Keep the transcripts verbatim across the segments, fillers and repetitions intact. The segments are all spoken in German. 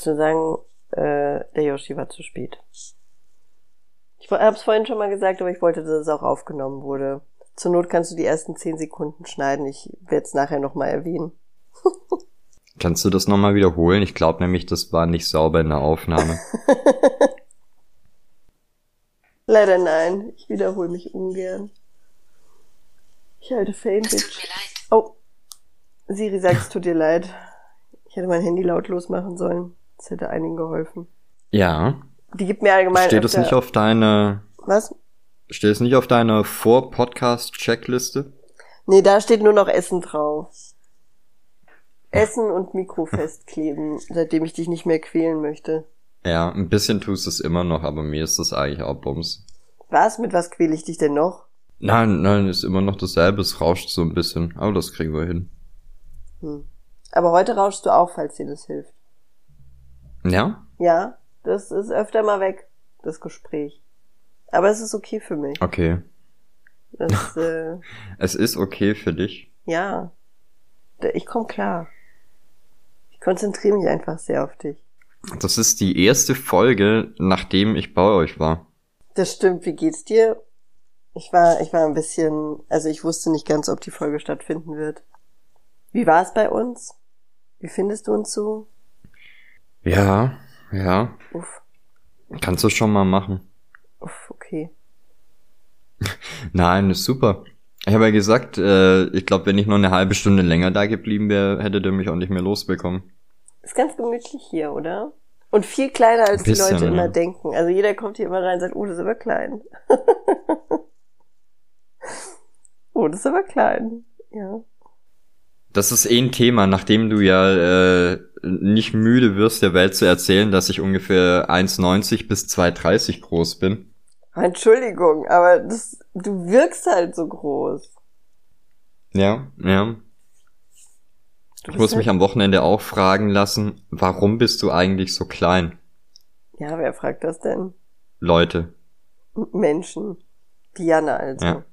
wollte nur sagen, äh, der Yoshi war zu spät. Ich hab's vorhin schon mal gesagt, aber ich wollte, dass es auch aufgenommen wurde. Zur Not kannst du die ersten zehn Sekunden schneiden. Ich werde es nachher nochmal erwähnen. Kannst du das nochmal wiederholen? Ich glaube nämlich, das war nicht sauber in der Aufnahme. Leider nein. Ich wiederhole mich ungern. Ich halte Fame, Bitch. Tut mir leid. Oh. Siri sagt, es tut dir leid. Ich hätte mein Handy lautlos machen sollen. Das hätte einigen geholfen. Ja. Die gibt mir allgemein... Steht es nicht auf deine... Was? Steht es nicht auf deiner Vor-Podcast-Checkliste? Nee, da steht nur noch Essen drauf. Essen und Mikro festkleben, seitdem ich dich nicht mehr quälen möchte. Ja, ein bisschen tust es immer noch, aber mir ist das eigentlich auch Bums. Was? Mit was quäle ich dich denn noch? Nein, nein, ist immer noch dasselbe. Es rauscht so ein bisschen. Aber das kriegen wir hin. Hm. Aber heute rauschst du auch, falls dir das hilft. Ja? Ja, das ist öfter mal weg, das Gespräch. Aber es ist okay für mich. Okay. Das, äh, es ist okay für dich? Ja. Ich komme klar. Ich konzentriere mich einfach sehr auf dich. Das ist die erste Folge, nachdem ich bei euch war. Das stimmt. Wie geht's dir? Ich war, ich war ein bisschen, also ich wusste nicht ganz, ob die Folge stattfinden wird. Wie war es bei uns? Wie findest du uns so? Ja, ja. Uff. Kannst du schon mal machen. Uff, okay. Nein, ist super. Ich habe ja gesagt, äh, ich glaube, wenn ich noch eine halbe Stunde länger da geblieben wäre, hättet ihr mich auch nicht mehr losbekommen. Ist ganz gemütlich hier, oder? Und viel kleiner, als bisschen, die Leute immer ja. denken. Also jeder kommt hier immer rein und sagt, oh, das ist aber klein. oh, das ist aber klein. Ja. Das ist eh ein Thema, nachdem du ja äh, nicht müde wirst, der Welt zu erzählen, dass ich ungefähr eins neunzig bis zwei dreißig groß bin. Entschuldigung, aber das, du wirkst halt so groß. Ja, ja. Ich muss mich am Wochenende auch fragen lassen, warum bist du eigentlich so klein? Ja, wer fragt das denn? Leute. Menschen. Diana also. Ja.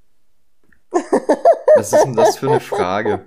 Was ist denn das für eine Frage?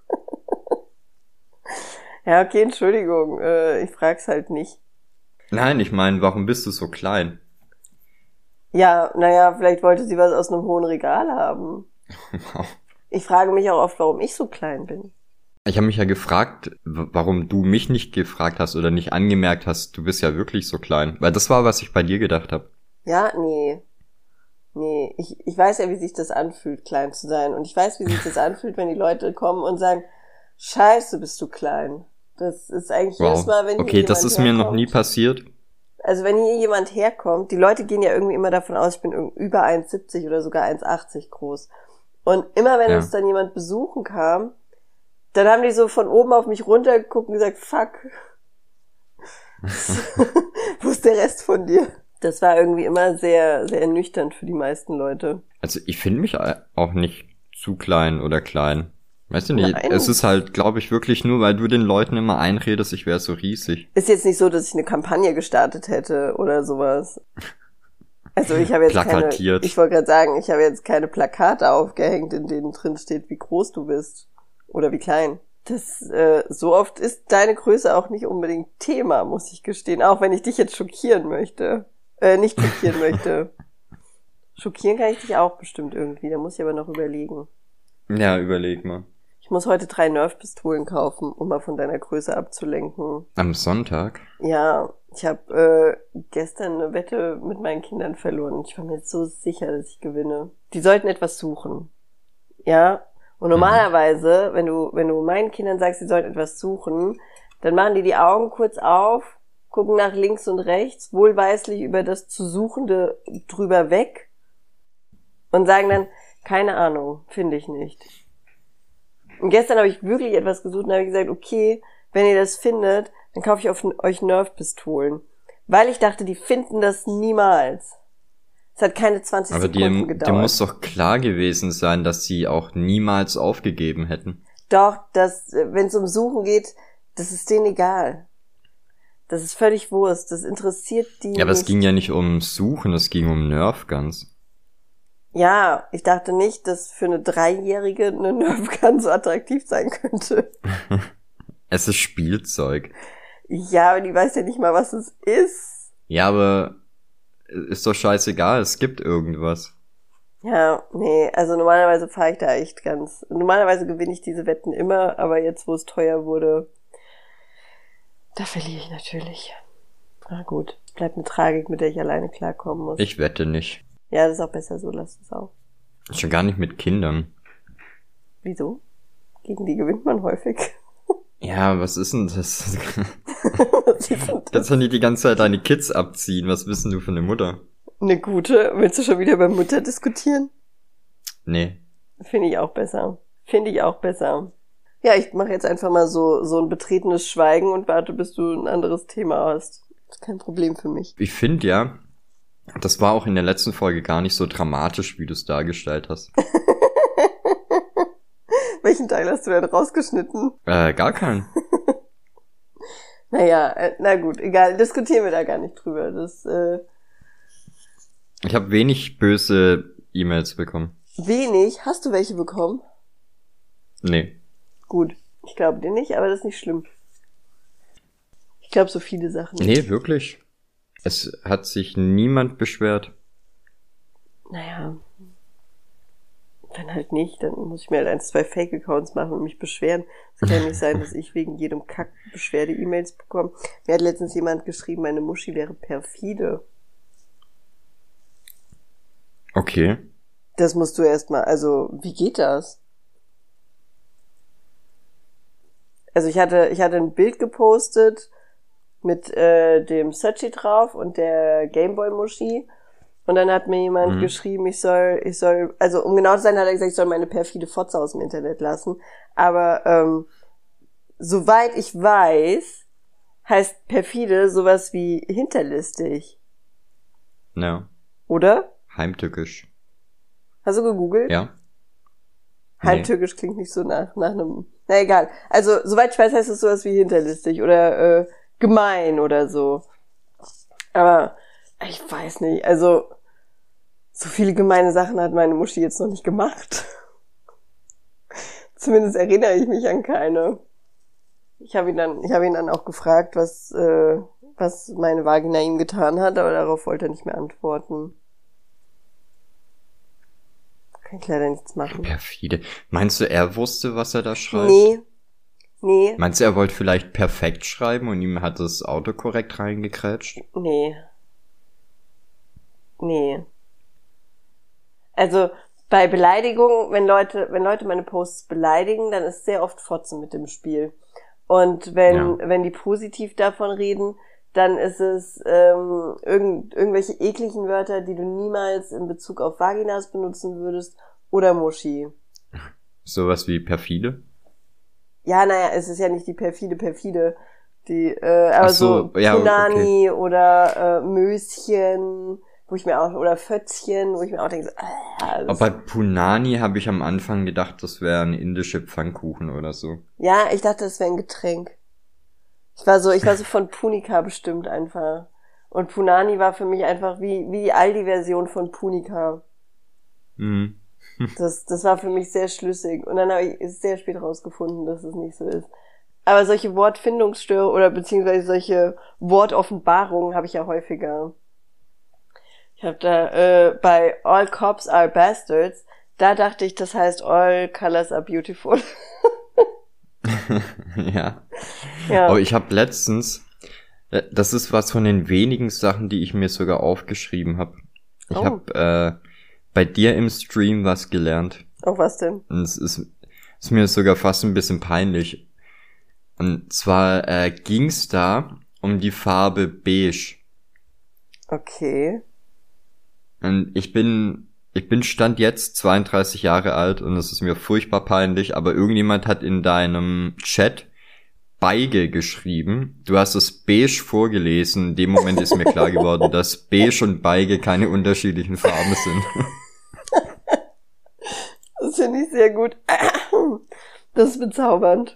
Ja, okay, Entschuldigung, äh, ich frag's halt nicht. Nein, ich meine, warum bist du so klein? Ja, naja, vielleicht wollte sie was aus einem hohen Regal haben. Wow. Ich frage mich auch oft, warum ich so klein bin. Ich habe mich ja gefragt, w- warum du mich nicht gefragt hast oder nicht angemerkt hast, du bist ja wirklich so klein. Weil das war, was ich bei dir gedacht habe. Ja, nee. Nee, ich, ich weiß ja, wie sich das anfühlt, klein zu sein. Und ich weiß, wie sich das anfühlt, wenn die Leute kommen und sagen, Scheiße, bist du klein. Das ist eigentlich Wow. jedes Mal, wenn hier Okay, jemand das ist mir noch herkommt. nie passiert. Also wenn hier jemand herkommt, die Leute gehen ja irgendwie immer davon aus, ich bin irg- über eins siebzig oder sogar eins achtzig groß. Und immer wenn Ja. uns dann jemand besuchen kam, dann haben die so von oben auf mich runtergeguckt und gesagt, fuck, wo ist der Rest von dir? Das war irgendwie immer sehr, sehr ernüchternd für die meisten Leute. Also ich finde mich auch nicht zu klein oder klein. Weißt du nicht, Nein. es ist halt, glaube ich, wirklich nur, weil du den Leuten immer einredest, ich wäre so riesig. Ist jetzt nicht so, dass ich eine Kampagne gestartet hätte oder sowas. Also ich habe jetzt Plakatiert. keine, ich wollte gerade sagen, ich habe jetzt keine Plakate aufgehängt, in denen drin steht, wie groß du bist oder wie klein. Das äh, so oft ist deine Größe auch nicht unbedingt Thema, muss ich gestehen, auch wenn ich dich jetzt schockieren möchte, äh, nicht schockieren möchte. Schockieren kann ich dich auch bestimmt irgendwie, da muss ich aber noch überlegen. Ja, überleg mal. Ich muss heute drei Nerf-Pistolen kaufen, um mal von deiner Größe abzulenken. Am Sonntag? Ja, ich habe äh, gestern eine Wette mit meinen Kindern verloren. Ich war mir jetzt so sicher, dass ich gewinne. Die sollten etwas suchen. Ja, und normalerweise, wenn du wenn du meinen Kindern sagst, sie sollen etwas suchen, dann machen die die Augen kurz auf, gucken nach links und rechts, wohlweislich über das zu Suchende drüber weg und sagen dann, keine Ahnung, finde ich nicht. Und gestern habe ich wirklich etwas gesucht und habe gesagt, okay, wenn ihr das findet, dann kaufe ich auf euch Nerf-Pistolen. Weil ich dachte, die finden das niemals. Es hat keine zwanzig Aber Sekunden dir, gedauert. dir muss doch klar gewesen sein, dass sie auch niemals aufgegeben hätten. Doch, das, wenn es um Suchen geht, das ist denen egal. Das ist völlig Wurst. Das interessiert die Ja, aber nicht. es ging ja nicht um Suchen, es ging um Nerfguns. Ja, ich dachte nicht, dass für eine Dreijährige eine Nerfgun so attraktiv sein könnte. Es ist Spielzeug. Ja, aber die weiß ja nicht mal, was es ist. Ja, aber ist doch scheißegal, es gibt irgendwas. Ja, nee, also normalerweise fahre ich da echt ganz... Normalerweise gewinne ich diese Wetten immer, aber jetzt, wo es teuer wurde, da verliere ich natürlich. Na gut, bleibt eine Tragik, mit der ich alleine klarkommen muss. Ich wette nicht. Ja, das ist auch besser so, lass es auch. Schon gar nicht mit Kindern. Wieso? Gegen die gewinnt man häufig. Ja, was ist denn das? Was ist denn das? Kannst du nicht die ganze Zeit deine Kids abziehen? Was bist denn du für eine Mutter? Eine gute. Willst du schon wieder bei Mutter diskutieren? Nee. Finde ich auch besser. Finde ich auch besser. Ja, ich mache jetzt einfach mal so so ein betretenes Schweigen und warte, bis du ein anderes Thema hast. Das ist kein Problem für mich. Ich finde ja, das war auch in der letzten Folge gar nicht so dramatisch, wie du es dargestellt hast. Welchen Teil hast du denn rausgeschnitten? Äh, gar keinen. Naja, äh, na gut, egal. Diskutieren wir da gar nicht drüber. Das, äh... Ich habe wenig böse E-Mails bekommen. Wenig? Hast du welche bekommen? Nee. Gut. Ich glaube dir nicht, aber das ist nicht schlimm. Ich glaube so viele Sachen nicht. Nee, wirklich. Es hat sich niemand beschwert. Naja. Wenn halt nicht, dann muss ich mir halt ein, zwei Fake-Accounts machen und mich beschweren. Es kann ja nicht sein, dass ich wegen jedem Kack Beschwerde-E-Mails bekomme. Mir hat letztens jemand geschrieben, meine Muschi wäre perfide. Okay. Das musst du erstmal, also, wie geht das? Also ich hatte, ich hatte ein Bild gepostet mit äh, dem Sachi drauf und der Gameboy-Muschi. Und dann hat mir jemand mhm. geschrieben, ich soll, ich soll, also um genau zu sein, hat er gesagt, ich soll meine perfide Fotze aus dem Internet lassen. Aber ähm, soweit ich weiß, heißt perfide sowas wie hinterlistig. Ja. Oder? Heimtückisch. Hast du gegoogelt? Ja. Heimtückisch nee. Klingt nicht so nach, nach einem... Na egal. Also, soweit ich weiß, heißt es sowas wie hinterlistig oder äh, gemein oder so. Aber ich weiß nicht, also so viele gemeine Sachen hat meine Muschi jetzt noch nicht gemacht. Zumindest erinnere ich mich an keine. Ich habe ihn dann, ich habe ihn dann auch gefragt, was, äh, was meine Vagina ihm getan hat, aber darauf wollte er nicht mehr antworten. Kann ich leider nichts machen. Perfide. Meinst du, er wusste, was er da schreibt? Nee. Nee. Meinst du, er wollte vielleicht perfekt schreiben und ihm hat das Autokorrekt reingekrätscht? Nee. Nee. Also, bei Beleidigung, wenn Leute, wenn Leute meine Posts beleidigen, dann ist sehr oft Fotze mit dem Spiel. Und wenn, ja. wenn die positiv davon reden, dann ist es ähm, irgend, irgendwelche ekligen Wörter, die du niemals in Bezug auf Vaginas benutzen würdest, oder Muschi. Sowas wie perfide? Ja, naja, es ist ja nicht die perfide perfide, die, äh, aber so, so ja, Punani okay. oder äh, Möschen, wo ich mir auch, oder Fötzchen, wo ich mir auch denke, so, ah, aber bei Punani habe ich am Anfang gedacht, das wären indische Pfannkuchen oder so. Ja, ich dachte, das wäre ein Getränk. Ich war so, ich war so von Punika bestimmt einfach. Und Punani war für mich einfach wie, wie die Aldi-Version von Punika. Mhm. Das, das war für mich sehr schlüssig. Und dann habe ich es sehr spät rausgefunden, dass es nicht so ist. Aber solche Wortfindungsstörungen oder beziehungsweise solche Wortoffenbarungen habe ich ja häufiger. Ich habe da äh, bei All Cops Are Bastards, da dachte ich, das heißt All Colors Are Beautiful. Ja. Ja. Aber ich habe letztens, das ist was von den wenigen Sachen, die ich mir sogar aufgeschrieben habe. Ich Oh. habe äh, bei dir im Stream was gelernt. Oh, was denn? Und es ist, ist mir sogar fast ein bisschen peinlich. Und zwar äh, ging's da um die Farbe beige. Okay. Und ich bin, ich bin Stand jetzt zweiunddreißig Jahre alt und es ist mir furchtbar peinlich, aber irgendjemand hat in deinem Chat Beige geschrieben. Du hast es beige vorgelesen. In dem Moment ist mir klar geworden, dass beige und Beige keine unterschiedlichen Farben sind. Das finde ich sehr gut. Das ist bezaubernd.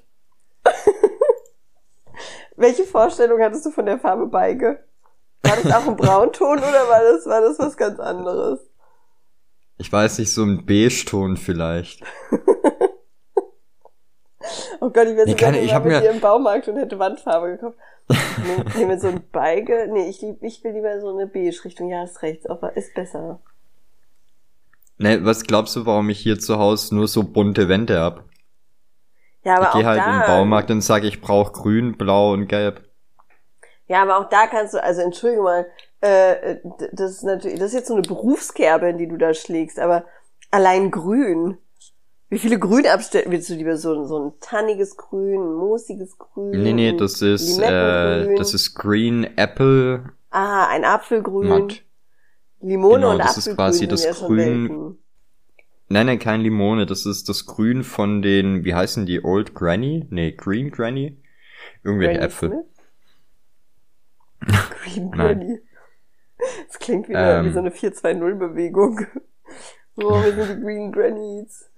Welche Vorstellung hattest du von der Farbe Beige? War das auch ein Braunton oder war das, war das was ganz anderes? Ich weiß nicht, so ein Beige-Ton vielleicht. Oh Gott, ich wäre so Nee, keine- gerne ich mal hab mit mir- dir im Baumarkt und hätte Wandfarbe gekauft. Ich nehme nehm so ein Beige. Nee, ich, lieb, ich will lieber so eine Beige-Richtung. Ja, ist rechts, aber ist besser. Ne, was glaubst du, warum ich hier zu Hause nur so bunte Wände hab? Ja, aber Ich gehe auch halt da, in den Baumarkt und sage, ich brauche grün, blau und gelb. Ja, aber auch da kannst du, also entschuldige mal, äh, das ist natürlich, das ist jetzt so eine Berufskerbe, in die du da schlägst, aber allein grün. Wie viele Grün abstellen? Willst du lieber so, so ein tanniges Grün, ein moosiges Grün? Nee, nee, das ist, äh, das ist Green Apple. Ah, ein Apfelgrün. Matt. Limone Genau, und das ist Apfelgrün quasi sind das ja schon Grün. Welten. Nein, nein, kein Limone. Das ist das Grün von den, wie heißen die, Old Granny? Nee, Green Granny? Irgendwelche Granny Äpfel. Smith? Green Granny. Das klingt wieder Ähm. wie so eine vier zwei null Bewegung. Oh, wir sind die Green Grannies.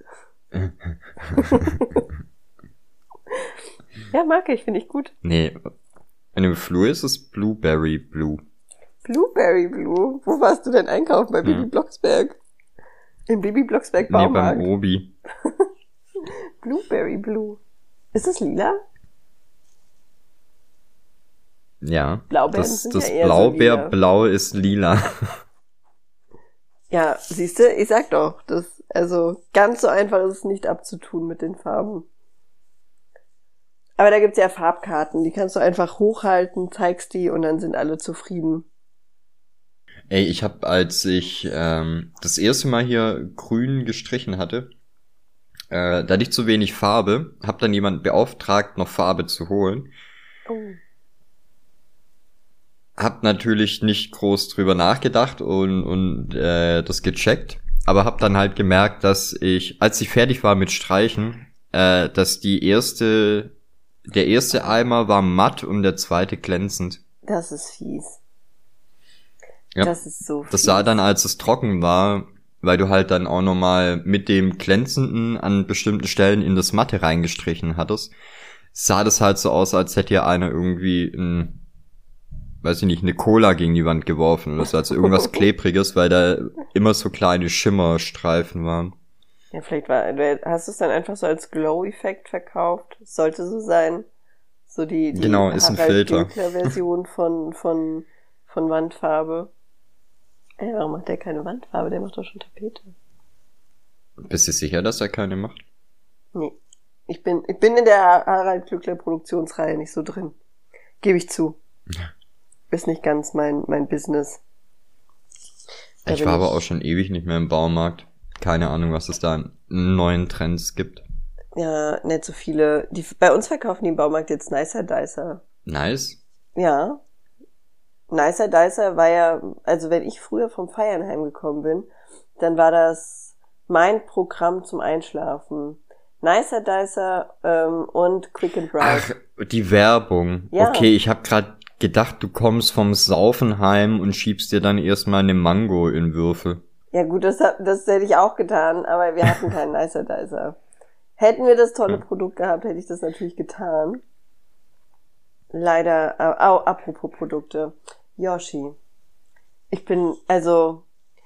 Ja, mag ich, finde ich gut. Nee, in dem Flur ist es Blueberry Blue. Blueberry Blue? Wo warst du denn einkaufen? Bei Bibi Hm. Blocksberg? Im Bibi Blocksberg Nee, Baumarkt? beim Obi. Blueberry Blue. Ist das lila? Ja. Blaubeeren das sind das ja eher so lila. Blaubeerblau ist lila. Ja, siehste, ich sag doch, das, also ganz so einfach ist es nicht abzutun mit den Farben. Aber da gibt's ja Farbkarten, die kannst du einfach hochhalten, zeigst die und dann sind alle zufrieden. Ey, ich hab, als ich ähm, das erste Mal hier grün gestrichen hatte, äh, da hatte ich zu wenig Farbe, hab dann jemanden beauftragt, noch Farbe zu holen. Oh. Hab natürlich nicht groß drüber nachgedacht und, und äh, das gecheckt, aber hab dann halt gemerkt, dass ich, als ich fertig war mit Streichen, äh, dass die erste, der erste Eimer war matt und der zweite glänzend. Das ist fies. Ja. Das ist so fies. Das sah dann, als es trocken war, weil du halt dann auch nochmal mit dem glänzenden an bestimmten Stellen in das Matte reingestrichen hattest, sah das halt so aus, als hätte hier einer irgendwie ein, weiß ich nicht, eine Cola gegen die Wand geworfen oder so, also irgendwas Klebriges, weil da immer so kleine Schimmerstreifen waren. Ja, vielleicht war, hast du es dann einfach so als Glow-Effekt verkauft? Das sollte so sein. So die, die Genau, ist ein Filter. Version von, von, von Wandfarbe. Ey, warum macht der keine Wandfarbe? Der macht doch schon Tapete. Bist du sicher, dass er keine macht? Nee. Ich bin, ich bin in der Harald Glückler Produktionsreihe nicht so drin. Gebe ich zu. Ist nicht ganz mein, mein Business. Da Ich bin war aber auch schon ewig nicht mehr im Baumarkt. Keine Ahnung, was es da an neuen Trends gibt. Ja, nicht so viele. Die, bei uns verkaufen die im Baumarkt jetzt Nicer Dicer. Nice. Ja. Nicer Dicer war ja, also wenn ich früher vom Feiern heimgekommen bin, dann war das mein Programm zum Einschlafen. Nicer Dicer ähm, und Quick and Dry. Ach, die Werbung. Ja. Okay, ich hab grad gedacht, du kommst vom Saufen heim und schiebst dir dann erstmal eine Mango in Würfel. Ja gut, das, das hätte ich auch getan, aber wir hatten keinen Nicer Dicer. Hätten wir das tolle Hm. Produkt gehabt, hätte ich das natürlich getan. Leider, äh, oh, apropos Produkte. Yoshi. Ich bin, also,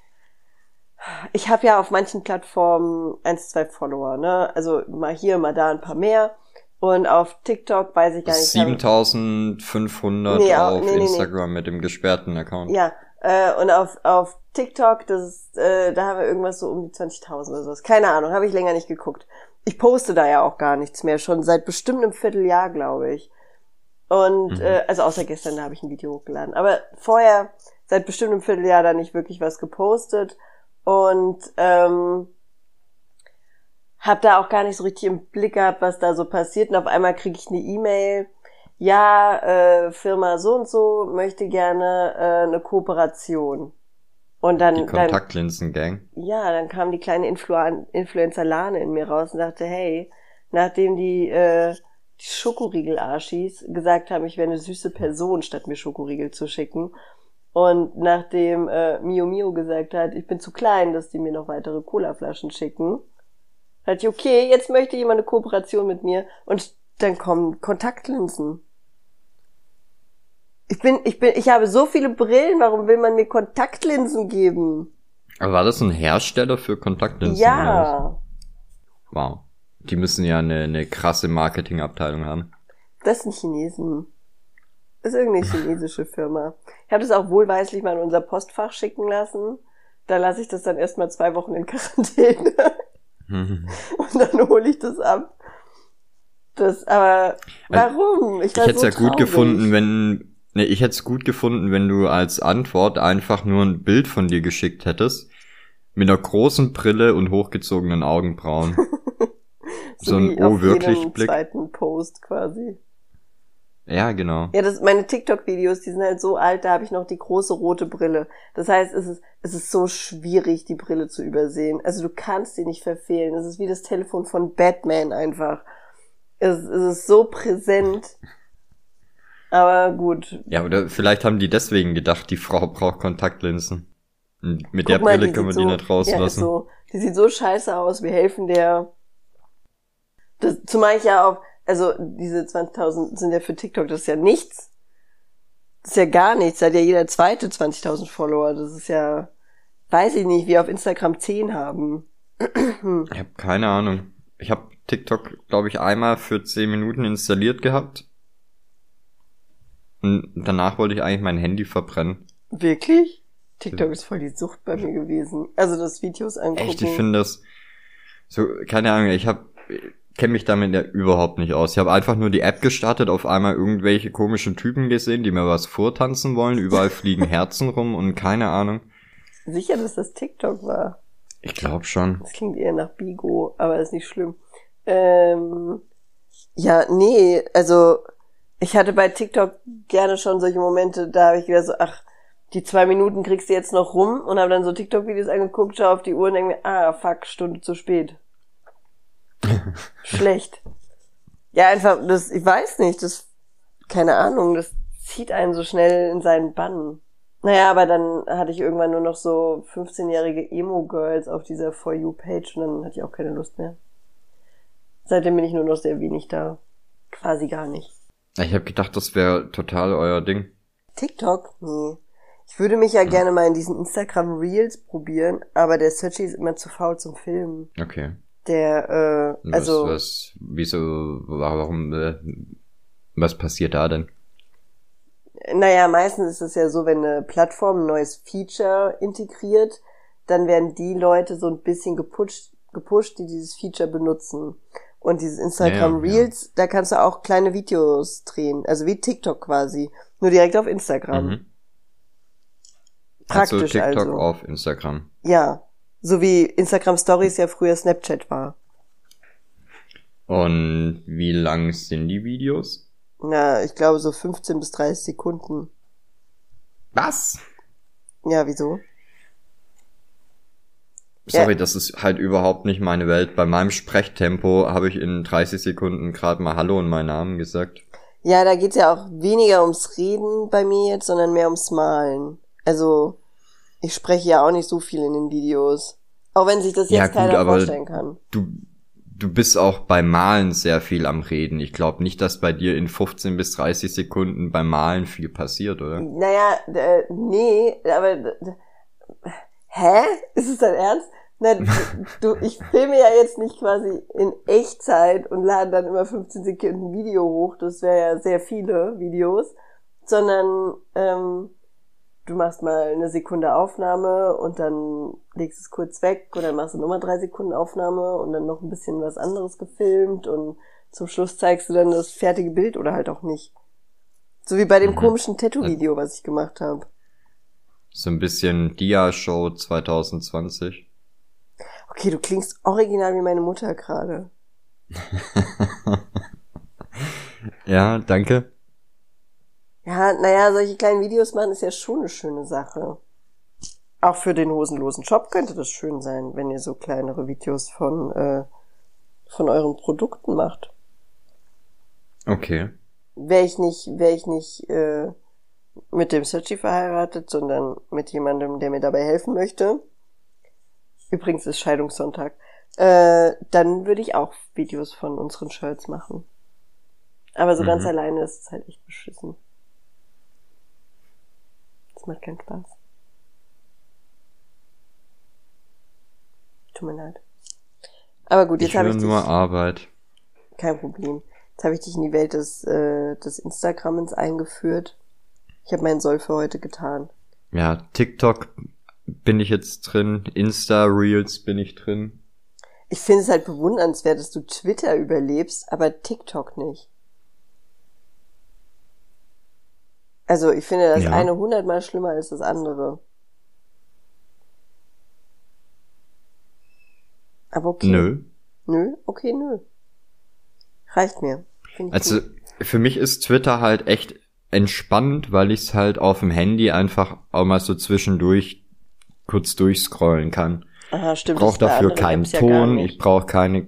ich habe ja auf manchen Plattformen eins, zwei Follower, ne? Also mal hier, mal da ein paar mehr. Und auf TikTok weiß ich gar nicht. siebentausendfünfhundert Nee, au- auf nee, nee, nee. Instagram mit dem gesperrten Account. Ja, äh, und auf auf TikTok, das ist, äh, da haben wir irgendwas so um die zwanzigtausend oder sowas. Keine Ahnung, habe ich länger nicht geguckt. Ich poste da ja auch gar nichts mehr, schon seit bestimmt einem Vierteljahr, glaube ich. Und, Mhm. äh, also außer gestern, da habe ich ein Video hochgeladen. Aber vorher, seit bestimmt einem Vierteljahr, da nicht wirklich was gepostet. Und, ähm, hab da auch gar nicht so richtig im Blick gehabt, was da so passiert. Und auf einmal kriege ich eine E-Mail. Ja, äh, Firma so und so möchte gerne äh, eine Kooperation. Und dann, Die dann Kontaktlinsen-Gang. ja, dann kam die kleine Influ- Influencer-Lane in mir raus und dachte, hey, nachdem die, äh, die Schokoriegel-Arschis gesagt haben, ich wäre eine süße Person, statt mir Schokoriegel zu schicken. Und nachdem äh, Mio Mio gesagt hat, ich bin zu klein, dass die mir noch weitere Colaflaschen schicken, dachte ich, okay, jetzt möchte jemand eine Kooperation mit mir. Und dann kommen Kontaktlinsen. Ich bin, ich bin, ich habe so viele Brillen, warum will man mir Kontaktlinsen geben? Aber war das ein Hersteller für Kontaktlinsen? oder Ja, was? Wow. Die müssen ja eine, eine krasse Marketingabteilung haben. das sind Chinesen. Ist irgendeine chinesische Firma. Ich habe das auch wohlweislich mal in unser Postfach schicken lassen. Da lasse ich das dann erstmal zwei Wochen in Quarantäne. Und dann hole ich das ab. Das, aber warum? Ich, ich hätte es so ja gut traurig. gefunden, wenn, ne, ich hätte es gut gefunden, wenn du als Antwort einfach nur ein Bild von dir geschickt hättest. Mit einer großen Brille und hochgezogenen Augenbrauen. so, so ein Oh wirklich jedem Blick. Zweiten Post quasi. Ja, genau. Ja, das, meine TikTok-Videos, die sind halt so alt, da habe ich noch die große rote Brille. Das heißt, es ist, es ist so schwierig, die Brille zu übersehen. Also du kannst die nicht verfehlen. Es ist wie das Telefon von Batman einfach. Es, es ist so präsent. Aber gut. Ja, oder vielleicht haben die deswegen gedacht, die Frau braucht Kontaktlinsen. Und mit Guck der mal, Brille die können wir sieht die so, nicht rauslassen. Ja, so, die sieht so scheiße aus, wir helfen der. Das, zumal ich ja auch, also diese zwanzigtausend sind ja für TikTok, das ist ja nichts. Das ist ja gar nichts, da hat ja jeder zweite zwanzigtausend Follower. Das ist ja, weiß ich nicht, wie auf Instagram zehn haben. Ich habe keine Ahnung. Ich habe TikTok, glaube ich, einmal für zehn Minuten installiert gehabt. Und danach wollte ich eigentlich mein Handy verbrennen. Wirklich? TikTok ist voll die Sucht bei mir gewesen. Also das Videos angucken. Echt, ich finde das so, keine Ahnung, ich habe kenne mich damit ja überhaupt nicht aus. Ich habe einfach nur die App gestartet, auf einmal irgendwelche komischen Typen gesehen, die mir was vortanzen wollen. Überall fliegen Herzen rum und keine Ahnung. Sicher, dass das TikTok war. Ich glaube schon. Das klingt eher nach Bigo, aber ist nicht schlimm. Ähm, ja, nee, also ich hatte bei TikTok gerne schon solche Momente, da habe ich wieder so, ach, die zwei Minuten kriegst du jetzt noch rum und habe dann so TikTok-Videos angeguckt, schau auf die Uhr und denke mir, ah, fuck, Stunde zu spät. Schlecht. Ja, einfach, das, ich weiß nicht, das, keine Ahnung, das zieht einen so schnell in seinen Bann. Naja, aber dann hatte ich irgendwann nur noch so fünfzehnjährige Emo-Girls auf dieser For You-Page und dann hatte ich auch keine Lust mehr. Seitdem bin ich nur noch sehr wenig da. Quasi gar nicht. Ich habe gedacht, das wäre total euer Ding. TikTok? Nee. Ich würde mich ja gerne mal in diesen Instagram Reels probieren, aber der Searchy ist immer zu faul zum Filmen. Okay. Der, äh, also... Was, was, wieso, warum, äh, was passiert da denn? Naja, meistens ist es ja so, wenn eine Plattform ein neues Feature integriert, dann werden die Leute so ein bisschen gepusht, gepusht, die dieses Feature benutzen. Und dieses Instagram ja, ja, Reels, ja. Da kannst du auch kleine Videos drehen, also wie TikTok quasi, nur direkt auf Instagram. Mhm. Praktisch also. TikTok also. auf Instagram. Ja, so wie Instagram Stories ja früher Snapchat war. Und wie lang sind die Videos? Na, ich glaube so fünfzehn bis dreißig Sekunden. Was? Ja, wieso? Sorry, ja. Das ist halt überhaupt nicht meine Welt. Bei meinem Sprechtempo habe ich in dreißig Sekunden gerade mal Hallo und meinen Namen gesagt. Ja, da geht's ja auch weniger ums Reden bei mir jetzt, sondern mehr ums Malen. Also, ich spreche ja auch nicht so viel in den Videos. Auch wenn sich das jetzt ja, gut, keiner vorstellen kann. Du, du bist auch beim Malen sehr viel am Reden. Ich glaube nicht, dass bei dir in fünfzehn bis dreißig Sekunden beim Malen viel passiert, oder? Naja, äh, nee, aber... Äh, hä? Ist es dein Ernst? Na, du, ich filme ja jetzt nicht quasi in Echtzeit und lade dann immer fünfzehn Sekunden Video hoch. Das wäre ja sehr viele Videos. Sondern... ähm du machst mal eine Sekunde Aufnahme und dann legst es kurz weg und dann machst du nochmal drei Sekunden Aufnahme und dann noch ein bisschen was anderes gefilmt und zum Schluss zeigst du dann das fertige Bild oder halt auch nicht. So wie bei dem mhm. komischen Tattoo-Video, was ich gemacht habe. So ein bisschen Dia-Show zwanzig zwanzig. Okay, du klingst original wie meine Mutter gerade. Ja, danke. Ja, naja, solche kleinen Videos machen ist ja schon eine schöne Sache. Auch für den hosenlosen Shop könnte das schön sein, wenn ihr so kleinere Videos von äh, von euren Produkten macht. Okay. Wäre ich nicht, wäre ich nicht äh, mit dem Searchy verheiratet, sondern mit jemandem, der mir dabei helfen möchte. Übrigens ist Scheidungssonntag. Äh, dann würde ich auch Videos von unseren Shirts machen. Aber so mhm. ganz alleine ist es halt echt beschissen. Das macht keinen Spaß. Tut mir leid. Aber gut, jetzt habe ich dich. nur Arbeit. Kein Problem. Jetzt habe ich dich in die Welt des, äh, des Instagrammens eingeführt. Ich habe meinen Soll für heute getan. Ja, TikTok bin ich jetzt drin, Insta-Reels bin ich drin. Ich finde es halt bewundernswert, dass du Twitter überlebst, aber TikTok nicht. Also ich finde das Ja. eine hundertmal schlimmer als das andere. Aber okay. Nö. Nö? Okay, nö. Reicht mir. Find ich Also gut. für mich ist Twitter halt echt entspannend, weil ich es halt auf dem Handy einfach auch mal so zwischendurch kurz durchscrollen kann. Aha, stimmt. Ich brauche das ist bei dafür anderen keinen Apps ja gar Ton, nicht. ich brauche keine...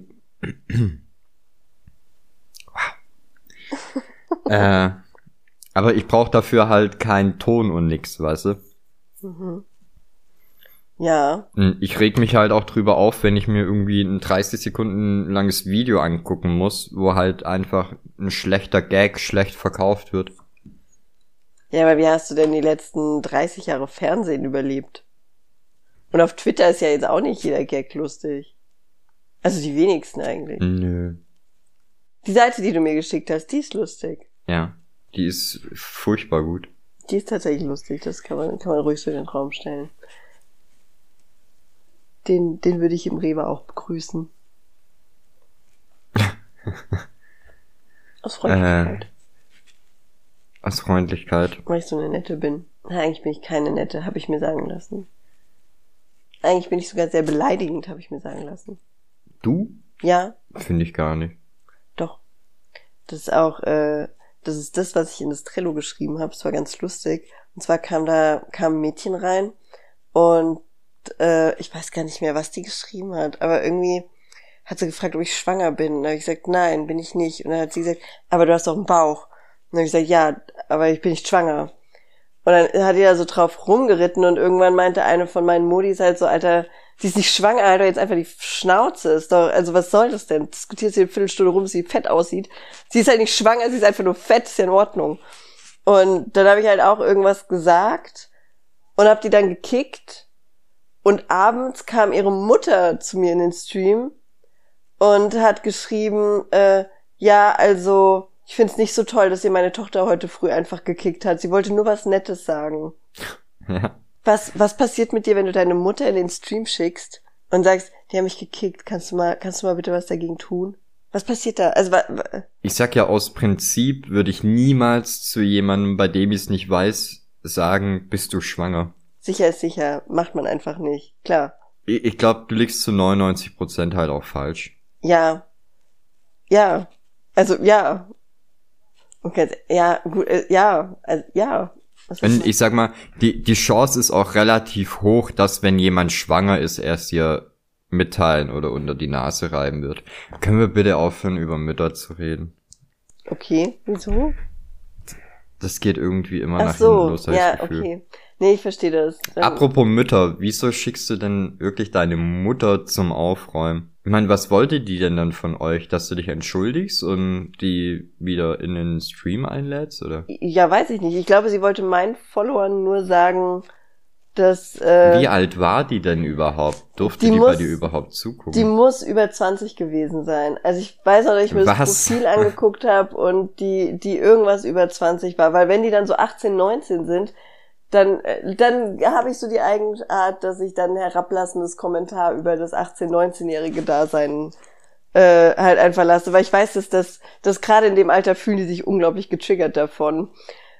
äh, aber ich brauche dafür halt keinen Ton und nix, weißt du? Mhm. Ja. Ich reg mich halt auch drüber auf, wenn ich mir irgendwie ein dreißig Sekunden langes Video angucken muss, wo halt einfach ein schlechter Gag schlecht verkauft wird. Ja, aber wie hast du denn die letzten dreißig Jahre Fernsehen überlebt? Und auf Twitter ist ja jetzt auch nicht jeder Gag lustig. Also die wenigsten eigentlich. Nö. Die Seite, die du mir geschickt hast, die ist lustig. Ja, die ist furchtbar gut. Die ist tatsächlich lustig, das kann man, kann man ruhig so in den Raum stellen. Den, den würde ich im Rewe auch begrüßen. Aus Freundlichkeit. Äh, aus Freundlichkeit. Weil ich so eine Nette bin. Na, eigentlich bin ich keine Nette, habe ich mir sagen lassen. Eigentlich bin ich sogar sehr beleidigend, habe ich mir sagen lassen. Du? Ja, Finde ich gar nicht. doch. Das ist auch, äh, das ist das, was ich in das Trello geschrieben habe. Es war ganz lustig. Und zwar kam da, kam ein Mädchen rein und äh, ich weiß gar nicht mehr, was die geschrieben hat, aber irgendwie hat sie gefragt, ob ich schwanger bin. Und dann habe ich gesagt, nein, bin ich nicht. Und dann hat sie gesagt, aber du hast doch einen Bauch. Und dann habe ich gesagt, ja, aber ich bin nicht schwanger. Und dann hat die da so drauf rumgeritten und irgendwann meinte eine von meinen Modis halt so, Alter, sie ist nicht schwanger, halt doch jetzt einfach die Schnauze. Ist doch, also was soll das denn? Diskutiert sie eine Viertelstunde rum, dass sie fett aussieht. Sie ist halt nicht schwanger, sie ist einfach nur fett, ist ja in Ordnung. Und dann habe ich halt auch irgendwas gesagt und habe die dann gekickt. Und abends kam ihre Mutter zu mir in den Stream und hat geschrieben, äh, ja, also ich find's nicht so toll, dass ihr meine Tochter heute früh einfach gekickt hat. Sie wollte nur was Nettes sagen. Ja. Was, was passiert mit dir, wenn du deine Mutter in den Stream schickst und sagst, die haben mich gekickt, kannst du mal, kannst du mal bitte was dagegen tun? Was passiert da? Also, wa, wa, Ich sag ja, aus Prinzip würde ich niemals zu jemandem, bei dem ich es nicht weiß, sagen, bist du schwanger. sicher ist sicher, macht man einfach nicht. Klar. Ich, ich glaube, du liegst zu neunundneunzig Prozent halt auch falsch. Ja. Ja. Also, ja. Okay, ja, gut, äh, ja, also, ja. Was ist Und das? ich sag mal, die, die Chance ist auch relativ hoch, dass wenn jemand schwanger ist, er es dir mitteilen oder unter die Nase reiben wird. Können wir bitte aufhören, über Mütter zu reden? Okay, wieso? Das geht irgendwie immer Ach nach so, hinten los, hab ich ja, das Gefühl. okay. Nee, ich verstehe das. Dann, Apropos Mütter, wieso schickst du denn wirklich deine Mutter zum Aufräumen? Ich meine, was wollte die denn dann von euch? Dass du dich entschuldigst und die wieder in den Stream einlädst, oder? ja, weiß ich nicht. Ich glaube, sie wollte meinen Followern nur sagen, dass äh, Wie alt war die denn überhaupt? Durfte die die, muss- bei dir überhaupt zugucken? die muss über zwanzig gewesen sein. Also ich weiß noch, dass ich mir das Was? Profil angeguckt habe und die die irgendwas über zwanzig war. Weil wenn die dann so achtzehn, neunzehn sind, dann äh, dann habe ich so die Eigenart, dass ich dann ein herablassendes Kommentar über das achtzehn-, neunzehnjährige Dasein äh, halt einfach lasse. Weil ich weiß, dass das, dass gerade in dem Alter fühlen die sich unglaublich getriggert davon.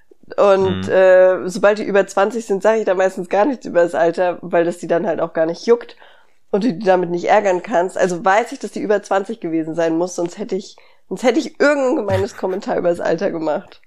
Und Mhm. äh, sobald die über zwanzig sind, sage ich da meistens gar nichts über das Alter, weil das die dann halt auch gar nicht juckt und du die damit nicht ärgern kannst. Also weiß ich, dass die über zwanzig gewesen sein muss, sonst hätte ich, sonst hätte ich irgendein gemeines Kommentar über das Alter gemacht.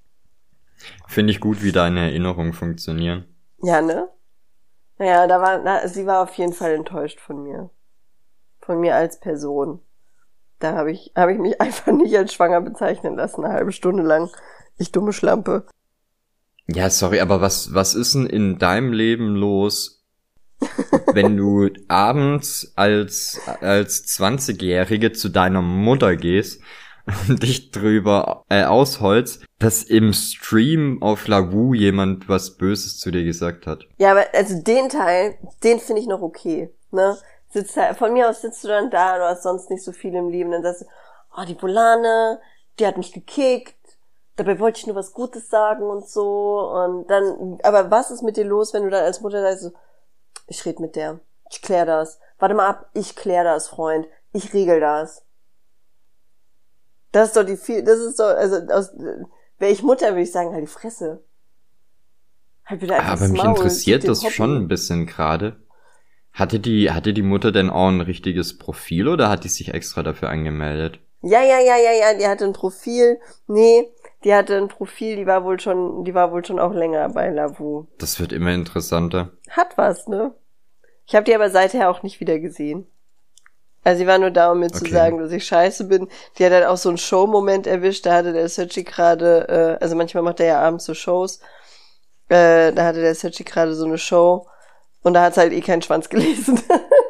Finde ich gut, wie deine Erinnerungen funktionieren. Ja, ne? Naja, da war, na, sie war auf jeden Fall enttäuscht von mir. Von mir als Person. Da habe ich, habe ich mich einfach nicht als schwanger bezeichnen lassen, eine halbe Stunde lang. Ich dumme Schlampe. Ja, sorry, aber was, was ist denn in deinem Leben los, wenn du abends als, als zwanzigjährige zu deiner Mutter gehst und dich drüber äh, ausholst, dass im Stream auf Lagu jemand was Böses zu dir gesagt hat? Ja, aber also den Teil, den finde ich noch okay, ne? Sitzt da, von mir aus sitzt du dann da, du hast sonst nicht so viel im Leben, dann sagst du, oh, die Polane, die hat mich gekickt, dabei wollte ich nur was Gutes sagen und so. Und dann, aber was ist mit dir los, wenn du dann als Mutter sagst, so, ich rede mit der, ich klär das. Warte mal ab, ich klär das, Freund. Ich regel das. Das ist doch die viel, das ist doch, also aus, wäre ich Mutter, würde ich sagen, halt die Fresse. Halt wieder einfach Aber mich Maul, interessiert mit dem das Hobby. schon ein bisschen gerade. Hatte die, hatte die Mutter denn auch ein richtiges Profil oder hat die sich extra dafür angemeldet? Ja, ja, ja, ja, ja, die hatte ein Profil. Nee, die hatte ein Profil, die war wohl schon, die war wohl schon auch länger bei Lavu. Das wird immer interessanter. Hat was, ne? Ich habe die aber seither auch nicht wieder gesehen. Also sie war nur da, um mir zu Okay. sagen, dass ich scheiße bin. Die hat halt auch so einen Show-Moment erwischt, da hatte der Sergi gerade, äh, also manchmal macht er ja abends so Shows, äh, da hatte der Sergi gerade so eine Show und da hat's halt eh keinen Schwanz gelesen.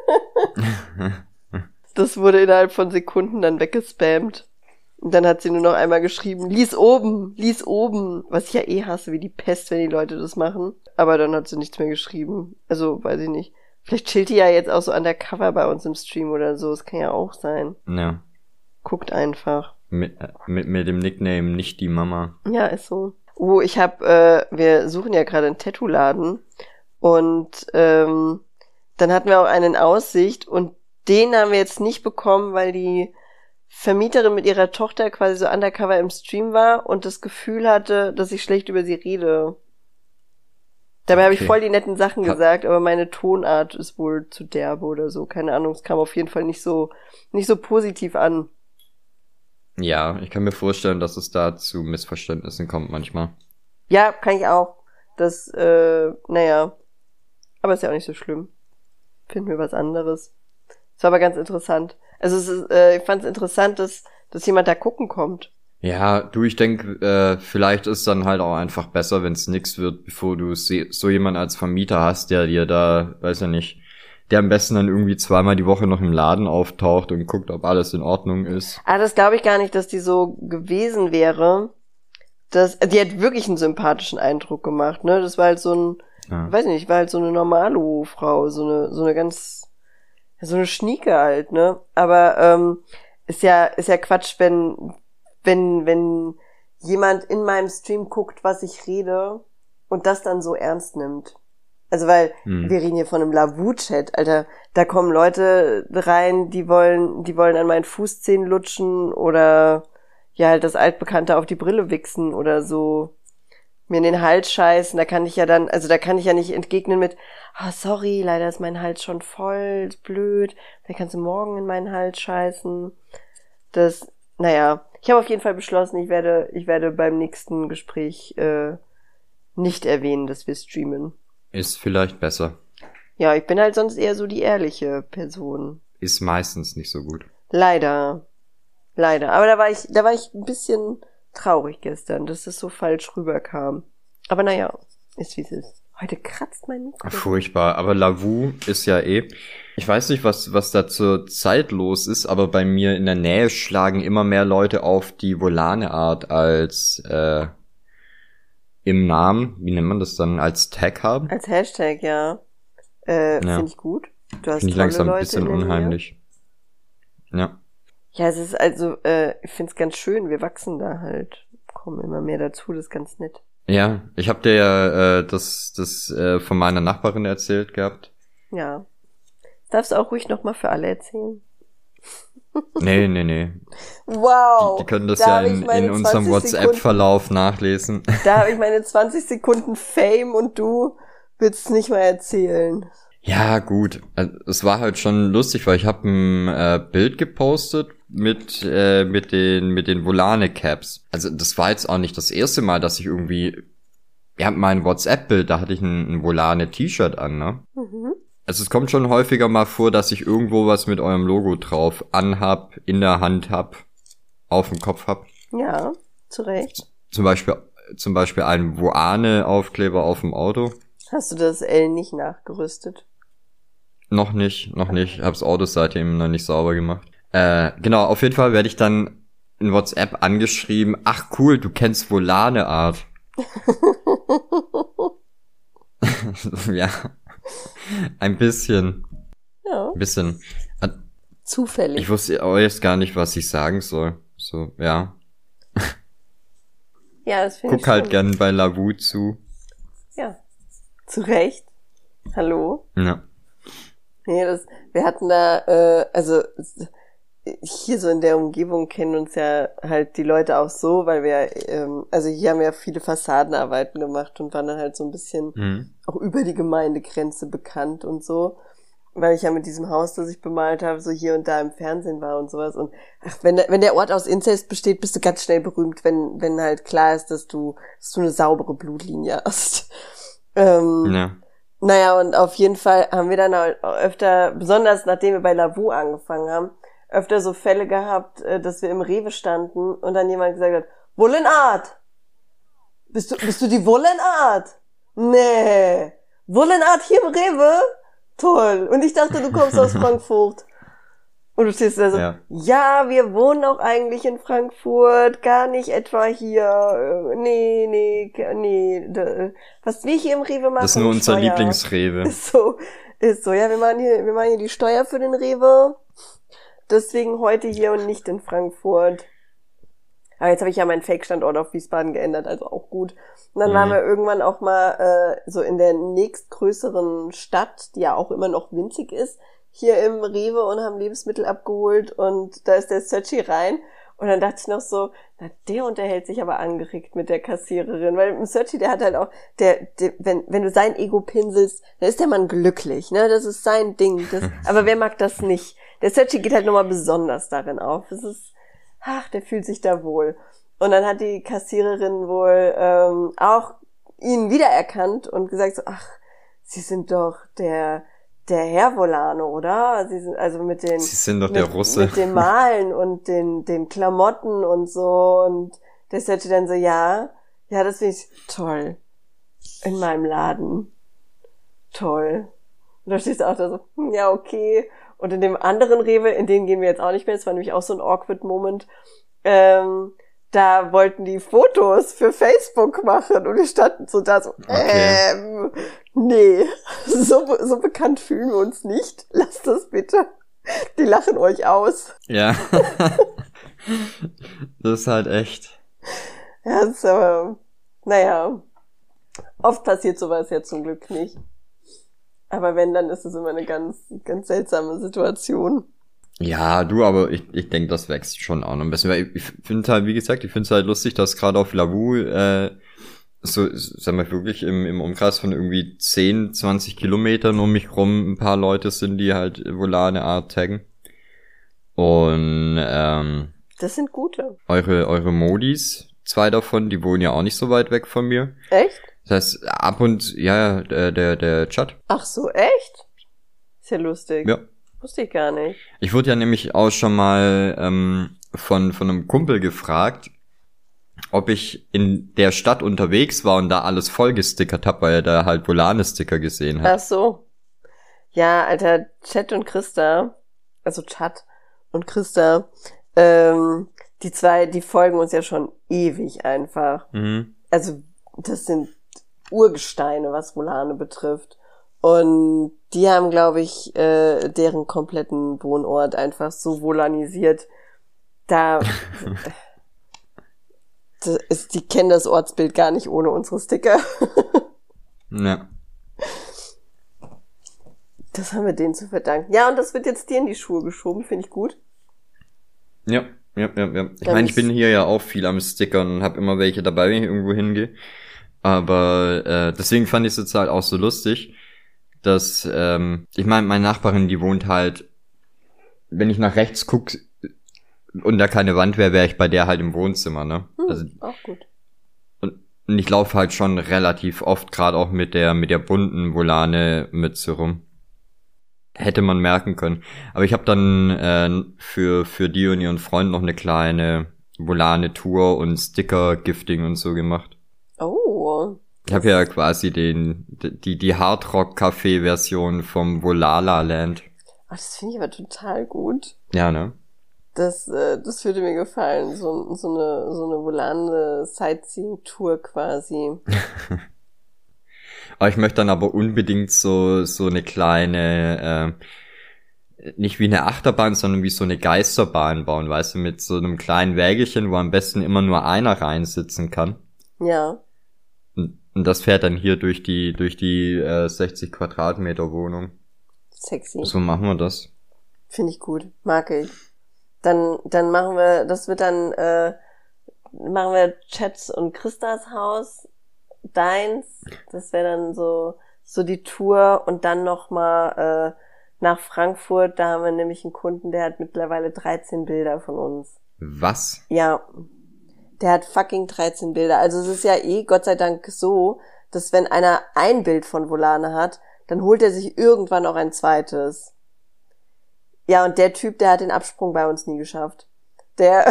Das wurde innerhalb von Sekunden dann weggespammt. Und dann hat sie nur noch einmal geschrieben, lies oben, lies oben. Was ich ja eh hasse, wie die Pest, wenn die Leute das machen. Aber dann hat sie nichts mehr geschrieben. Also, weiß ich nicht. Vielleicht chillt die ja jetzt auch so undercover bei uns im Stream oder so. Das kann ja auch sein. Ja. Guckt einfach. Mit, mit, mit dem Nickname nicht die Mama. Ja, ist so. Oh, ich hab, äh, wir suchen ja gerade einen Tattoo-Laden. Und ähm, dann hatten wir auch einen in Aussicht. Und den haben wir jetzt nicht bekommen, weil die Vermieterin mit ihrer Tochter quasi so undercover im Stream war und das Gefühl hatte, dass ich schlecht über sie rede. Dabei habe ich Okay. voll die netten Sachen Ha- gesagt, aber meine Tonart ist wohl zu derbe oder so. Keine Ahnung, es kam auf jeden Fall nicht so nicht so positiv an. Ja, ich kann mir vorstellen, dass es da zu Missverständnissen kommt manchmal. Ja, kann ich auch. Das, äh, naja. Aber ist ja auch nicht so schlimm. Finden wir was anderes. Es war aber ganz interessant. Also es ist, äh, ich fand es interessant, dass, dass jemand da gucken kommt. Ja, du, ich denke, äh, vielleicht ist dann halt auch einfach besser, wenn es nix wird, bevor du se- so jemand als Vermieter hast, der dir da, weiß ja nicht, der am besten dann irgendwie zweimal die Woche noch im Laden auftaucht und guckt, ob alles in Ordnung ist. Ah, das glaube ich gar nicht, dass die so gewesen wäre. Das, die hat wirklich einen sympathischen Eindruck gemacht, ne? Das war halt so ein, Ja. weiß nicht, war halt so eine Normalo-Frau, so eine, so eine ganz, so eine Schnieke halt, ne? Aber ähm, ist ja, ist ja Quatsch, wenn, wenn, wenn jemand in meinem Stream guckt, was ich rede und das dann so ernst nimmt. Also weil Hm. wir reden hier von einem Lavu-Chat, Alter. Da kommen Leute rein, die wollen, die wollen an meinen Fußzehen lutschen oder ja halt das Altbekannte auf die Brille wichsen oder so mir in den Hals scheißen. Da kann ich ja dann, also da kann ich ja nicht entgegnen mit, ah, sorry, leider ist mein Hals schon voll, ist blöd. Vielleicht kannst du morgen in meinen Hals scheißen. Das, naja, ich habe auf jeden Fall beschlossen, ich werde, ich werde beim nächsten Gespräch äh, nicht erwähnen, dass wir streamen. Ist vielleicht besser. Ja, ich bin halt sonst eher so die ehrliche Person. Ist meistens nicht so gut. Leider. Leider. Aber da war ich, da war ich ein bisschen traurig gestern, dass das so falsch rüberkam. Aber naja, ist wie es ist. Heute kratzt mein Mikro. Furchtbar. Aber Lavu ist ja eh. Ich weiß nicht, was, was da zur Zeit los ist, aber bei mir in der Nähe schlagen immer mehr Leute auf die Volane-Art als äh, im Namen, wie nennt man das dann, als Tag haben. Als Hashtag, ja. Äh, Ja. finde ich gut. Du hast Finde ich tolle langsam ein Leute bisschen in der Nähe. unheimlich. Ja. Ja, es ist also, äh, ich find's ganz schön, wir wachsen da halt, kommen immer mehr dazu, das ist ganz nett. Ja, ich habe dir ja äh, das, das äh, von meiner Nachbarin erzählt gehabt. Ja. Darfst du auch ruhig nochmal für alle erzählen? Nee, nee, nee. Wow! Die, die können das da ja hab ich in, meine in unserem zwanzig WhatsApp-Verlauf nachlesen. Sekunden, da habe ich meine zwanzig Sekunden Fame und du willst es nicht mal erzählen. Ja, gut. Also, es war halt schon lustig, weil ich habe ein äh, Bild gepostet mit äh, mit den mit den Volane Caps. Also das war jetzt auch nicht das erste Mal, dass ich irgendwie, ja, mein WhatsApp-Bild, da hatte ich ein, ein Volane T-Shirt an, ne? Mhm. Also es kommt schon häufiger mal vor, dass ich irgendwo was mit eurem Logo drauf anhab, in der Hand hab, auf dem Kopf hab. Ja, zu Recht. Zum Beispiel zum Beispiel einen Voane-Aufkleber auf dem Auto. Hast du das L nicht nachgerüstet? Noch nicht, noch nicht. Hab's Auto seitdem noch nicht sauber gemacht. Äh, genau, auf jeden Fall werde ich dann in WhatsApp angeschrieben, ach cool, du kennst Volane Art. Ja, ein bisschen, Ja. ein bisschen. Zufällig. Ich wusste auch jetzt gar nicht, was ich sagen soll. So, ja. Ja, das finde ich Guck halt schon. gern bei Lavu zu. Ja, zu Recht. Hallo? Ja. Nee, das, wir hatten da, äh, also hier so in der Umgebung kennen uns ja halt die Leute auch so, weil wir, ähm, also hier haben wir ja viele Fassadenarbeiten gemacht und waren dann halt so ein bisschen Mhm. auch über die Gemeindegrenze bekannt und so, weil ich ja mit diesem Haus, das ich bemalt habe, so hier und da im Fernsehen war und sowas. Und ach, wenn der, wenn der Ort aus Inzest besteht, bist du ganz schnell berühmt, wenn wenn halt klar ist, dass du dass du eine saubere Blutlinie hast. Ähm, Ja. Naja, und auf jeden Fall haben wir dann auch öfter, besonders nachdem wir bei Lavu angefangen haben, öfter so Fälle gehabt, äh, dass wir im Rewe standen und dann jemand gesagt hat, Wollenart! Bist du, bist du die Wollenart? Nee. Wollenart hier im Rewe? Toll. Und ich dachte, du kommst aus Frankfurt. Und du stehst da so, Ja. ja, wir wohnen auch eigentlich in Frankfurt, gar nicht etwa hier, äh, nee, nee, nee, da, was wir hier im Rewe machen. Das ist nur unser Steuer. Lieblingsrewe. Ist so, ist so, ja, wir machen hier, wir machen hier die Steuer für den Rewe, deswegen heute hier und nicht in Frankfurt. Aber jetzt habe ich ja meinen Fake-Standort auf Wiesbaden geändert, also auch gut. Und dann Mhm. waren wir irgendwann auch mal äh, so in der nächstgrößeren Stadt, die ja auch immer noch winzig ist, hier im Rewe und haben Lebensmittel abgeholt und da ist der Sötschi rein und dann dachte ich noch so, na, der unterhält sich aber angeregt mit der Kassiererin, weil im Sötschi, der hat halt auch, der, der wenn wenn du sein Ego pinselst, dann ist der Mann glücklich, ne, das ist sein Ding, das, aber wer mag das nicht? Der Sötschi geht halt nochmal besonders darin auf, das ist, ach, der fühlt sich da wohl. Und dann hat die Kassiererin wohl ähm, auch ihn wiedererkannt und gesagt so, ach, Sie sind doch der der Herr Volano, oder? Sie sind also mit den Sie sind doch mit, der Russe. mit dem Malen und den den Klamotten und so und der sagte dann so, ja, ja, das finde ich toll. In meinem Laden. Toll. Und da stehst du auch da so, hm, ja, okay. Und in dem anderen Rewe, in den gehen wir jetzt auch nicht mehr, das war nämlich auch so ein awkward Moment, ähm, da wollten die Fotos für Facebook machen und wir standen so da so, Okay. ähm, nee, so, so bekannt fühlen wir uns nicht. Lasst das bitte. Die lachen euch aus. Ja. Das ist halt echt. Ja, das ist aber, naja, oft passiert sowas ja zum Glück nicht. Aber wenn, dann ist es immer eine ganz, ganz seltsame Situation. Ja, du, aber ich, ich denke, das wächst schon auch noch ein bisschen. Weil ich, ich finde halt, wie gesagt, ich finde es halt lustig, dass gerade auf Lavu, äh, so, sagen wir wirklich im, im Umkreis von irgendwie zehn, zwanzig Kilometern um mich rum ein paar Leute sind, die halt Volane Art taggen. Und, ähm, Das sind gute. eure, eure Modis, zwei davon, die wohnen ja auch nicht so weit weg von mir. Echt? Das heißt, ab und, ja, der, der, der Chat. Ach so, echt? Ist ja lustig. Ja. Wusste ich gar nicht. Ich wurde ja nämlich auch schon mal ähm, von von einem Kumpel gefragt, ob ich in der Stadt unterwegs war und da alles vollgestickert habe, weil er da halt Volane-Sticker gesehen hat. Ach so. Ja, Alter, Chat und Christa, also Chat und Christa, ähm, die zwei, die folgen uns ja schon ewig einfach. Mhm. Also, das sind Urgesteine, was Volane betrifft. Und die haben, glaube ich, äh, deren kompletten Wohnort einfach so volanisiert. Da, das ist, die kennen das Ortsbild gar nicht ohne unsere Sticker. Ja. Das haben wir denen zu verdanken. Ja, und das wird jetzt dir in die Schuhe geschoben, finde ich gut. Ja, ja, ja, ja. Ich Ja, meine, ich das- bin hier ja auch viel am Stickern und habe immer welche dabei, wenn ich irgendwo hingehe. Aber äh, deswegen fand ich es jetzt halt auch so lustig, dass, ähm, ich meine, meine Nachbarin, die wohnt halt, wenn ich nach rechts guck und da keine Wand wäre, wäre ich bei der halt im Wohnzimmer, ne? Hm, Also, auch gut. und ich laufe halt schon relativ oft, gerade auch mit der mit der bunten Volane-Mütze rum. Hätte man merken können. Aber ich habe dann äh, für für die und ihren Freund noch eine kleine Volane-Tour und Sticker-Gifting und so gemacht. Oh. Ich habe ja quasi den die die Hardrock-Café-Version vom Volala Land. Ach, das finde ich aber total gut. Ja, ne? Das, äh, das würde mir gefallen. So, so eine, so eine volane Sightseeing-Tour quasi. Aber ich möchte dann aber unbedingt so so eine kleine, äh, nicht wie eine Achterbahn, sondern wie so eine Geisterbahn bauen, weißt du, mit so einem kleinen Wägelchen, wo am besten immer nur einer reinsitzen kann. Ja. Und das fährt dann hier durch die durch die äh, sechzig Quadratmeter Wohnung. Sexy. So machen wir das. Finde ich gut. Mag ich. Dann, dann machen wir, das wird dann, äh, machen wir Chats und Christas Haus, deins, das wäre dann so, so die Tour und dann nochmal, äh, nach Frankfurt, da haben wir nämlich einen Kunden, der hat mittlerweile dreizehn Bilder von uns. Was? Ja. Der hat fucking dreizehn Bilder. Also es ist ja eh, Gott sei Dank so, dass wenn einer ein Bild von Volane hat, dann holt er sich irgendwann auch ein zweites. Ja, und der Typ, der hat den Absprung bei uns nie geschafft. Der...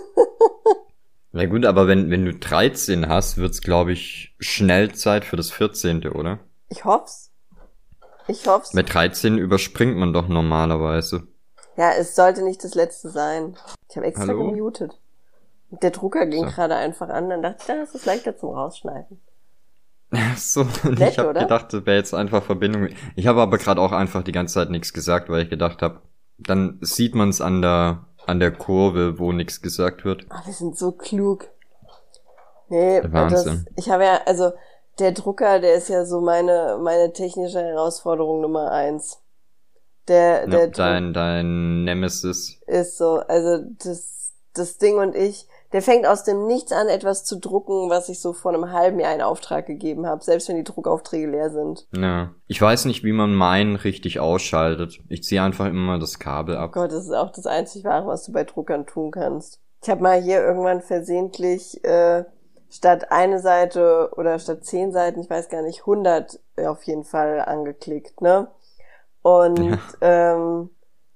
Na gut, aber wenn wenn du dreizehn hast, wird's, glaube ich, schnell Zeit für das vierzehnte, oder? Ich hoff's. Ich hoff's. Mit dreizehn überspringt man doch normalerweise. Ja, es sollte nicht das letzte sein. Ich habe extra Hallo? gemutet. Der Drucker ging So. gerade einfach an, dann dachte ich, das ist leichter zum Rausschneiden. Ach so, und Nett, ich habe oder? gedacht, das wäre jetzt einfach Verbindung. Ich habe aber gerade auch einfach die ganze Zeit nichts gesagt, weil ich gedacht habe, dann sieht man es an der an der Kurve, wo nichts gesagt wird. Ah, wir sind so klug. Nee, Wahnsinn. das, ich habe ja, also der Drucker, der ist ja so meine meine technische Herausforderung Nummer eins. Der, der Ja, Druck dein dein Nemesis. ist so, also das das Ding und ich, der fängt aus dem Nichts an, etwas zu drucken, was ich so vor einem halben Jahr in Auftrag gegeben habe, selbst wenn die Druckaufträge leer sind. Ja. Ich weiß nicht, wie man meinen richtig ausschaltet. Ich ziehe einfach immer das Kabel Oh ab. Gott, das ist auch das einzig Wahre, was du bei Druckern tun kannst. Ich habe mal hier irgendwann versehentlich äh, statt eine Seite oder statt zehn Seiten, ich weiß gar nicht, hundert auf jeden Fall angeklickt, ne? Und Ja. ähm,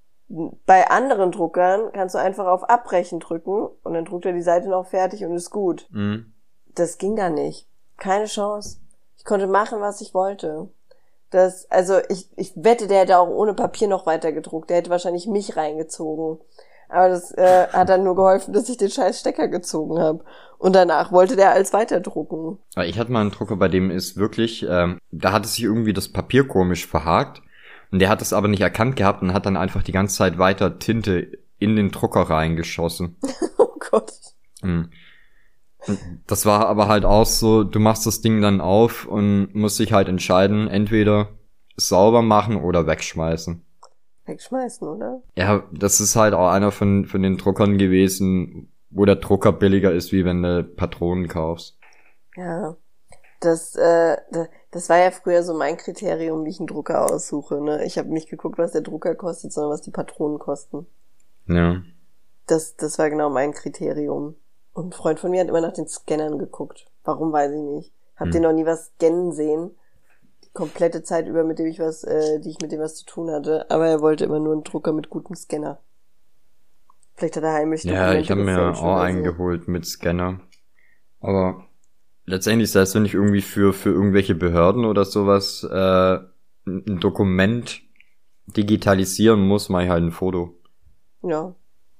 bei anderen Druckern kannst du einfach auf Abbrechen drücken und dann druckt er die Seite noch fertig und ist gut. Mhm. Das ging da nicht. Keine Chance. Ich konnte machen, was ich wollte. Das, also ich, ich wette, der hätte auch ohne Papier noch weiter gedruckt. Der hätte wahrscheinlich mich reingezogen. Aber das äh, hat dann nur geholfen, dass ich den scheiß Stecker gezogen habe. Und danach wollte der alles weiter drucken. Aber ich hatte mal einen Drucker, bei dem ist wirklich, ähm, da hatte sich irgendwie das Papier komisch verhakt. Und der hat es aber nicht erkannt gehabt und hat dann einfach die ganze Zeit weiter Tinte in den Drucker reingeschossen. Oh Gott. Mhm. Und das war aber halt auch so, du machst das Ding dann auf und musst dich halt entscheiden, entweder sauber machen oder wegschmeißen. Wegschmeißen, oder? Ja, das ist halt auch einer von von den Druckern gewesen, wo der Drucker billiger ist, wie wenn du Patronen kaufst. Ja. Das, äh, das, das war ja früher so mein Kriterium, wie ich einen Drucker aussuche. Ne? Ich habe nicht geguckt, was der Drucker kostet, sondern was die Patronen kosten. Ja. Das, das war genau mein Kriterium. Und ein Freund von mir hat immer nach den Scannern geguckt. Warum, weiß ich nicht. Hab Hm. den noch nie was scannen sehen. Die komplette Zeit über, mit dem ich was, äh, die ich mit dem was zu tun hatte. Aber er wollte immer nur einen Drucker mit gutem Scanner. Vielleicht hat er heimlich Ja, ich habe mir gefälscht auch oder einen geholt mit Scanner. Aber letztendlich, selbst wenn ich irgendwie für für irgendwelche Behörden oder sowas äh, ein Dokument digitalisieren muss, mache ich halt ein Foto. so. Ja.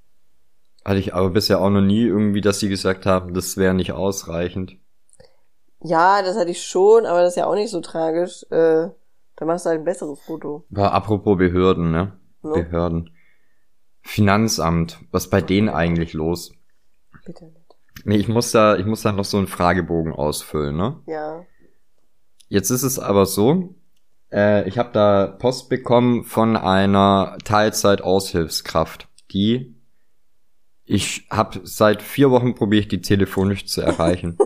Hatte ich aber bisher auch noch nie irgendwie, dass sie gesagt haben, das wäre nicht ausreichend. Ja, das hatte ich schon, aber das ist ja auch nicht so tragisch. Äh, da machst du halt ein besseres Foto. Aber apropos Behörden, ne? Ja. Behörden. Finanzamt, was ist bei denen eigentlich los? Bitte nicht. Nee, ich muss da, ich muss da noch so einen Fragebogen ausfüllen, ne? Ja. Jetzt ist es aber so, äh, ich habe da Post bekommen von einer Teilzeit-Aushilfskraft, die ich habe seit vier Wochen probiere ich die telefonisch zu erreichen.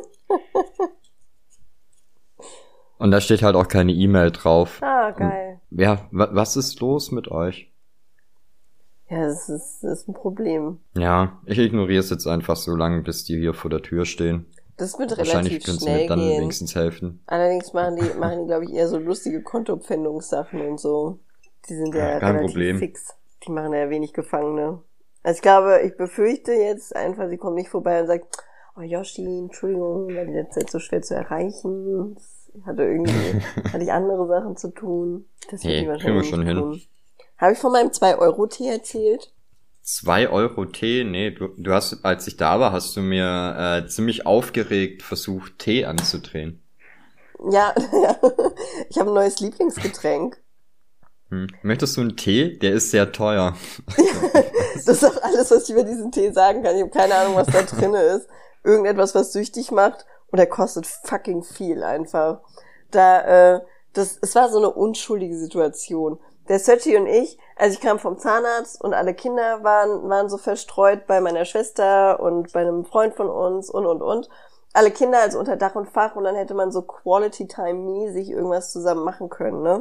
Und da steht halt auch keine E-Mail drauf. Ah, geil. Und, ja, wa- was ist los mit euch? Ja, das ist, das ist ein Problem. Ja, ich ignoriere es jetzt einfach so lange, bis die hier vor der Tür stehen. Das wird Wahrscheinlich relativ können sie mir schnell dann gehen. wenigstens helfen. Allerdings machen die, machen die, glaube ich, eher so lustige Kontopfändungssachen und so. Die sind ja, Ja, kein relativ Problem. fix. Die machen ja wenig Gefangene. Also ich glaube, ich befürchte jetzt einfach, sie kommen nicht vorbei und sagt, oh Yoshi, Entschuldigung, war die letzte Zeit so schwer zu erreichen. Ich hatte irgendwie, hatte ich andere Sachen zu tun. Das wird Hey, die kriegen wir wahrscheinlich schon nicht hin. tun. Habe ich von meinem zwei Euro Tee erzählt? Zwei Euro Tee? Nee, du, du hast, als ich da war, hast du mir äh, ziemlich aufgeregt versucht, Tee anzudrehen. Ja, ich habe ein neues Lieblingsgetränk. Hm. Möchtest du einen Tee? Der ist sehr teuer. Das ist auch alles, was ich über diesen Tee sagen kann. Ich habe keine Ahnung, was da drin ist. Irgendetwas, was süchtig macht Und er kostet fucking viel einfach. Da, äh, das, es war so eine unschuldige Situation. Der Sergi und ich, also ich kam vom Zahnarzt und alle Kinder waren, waren so verstreut bei meiner Schwester und bei einem Freund von uns und, und, und. Alle Kinder also unter Dach und Fach und dann hätte man so Quality Time mäßig irgendwas zusammen machen können, ne?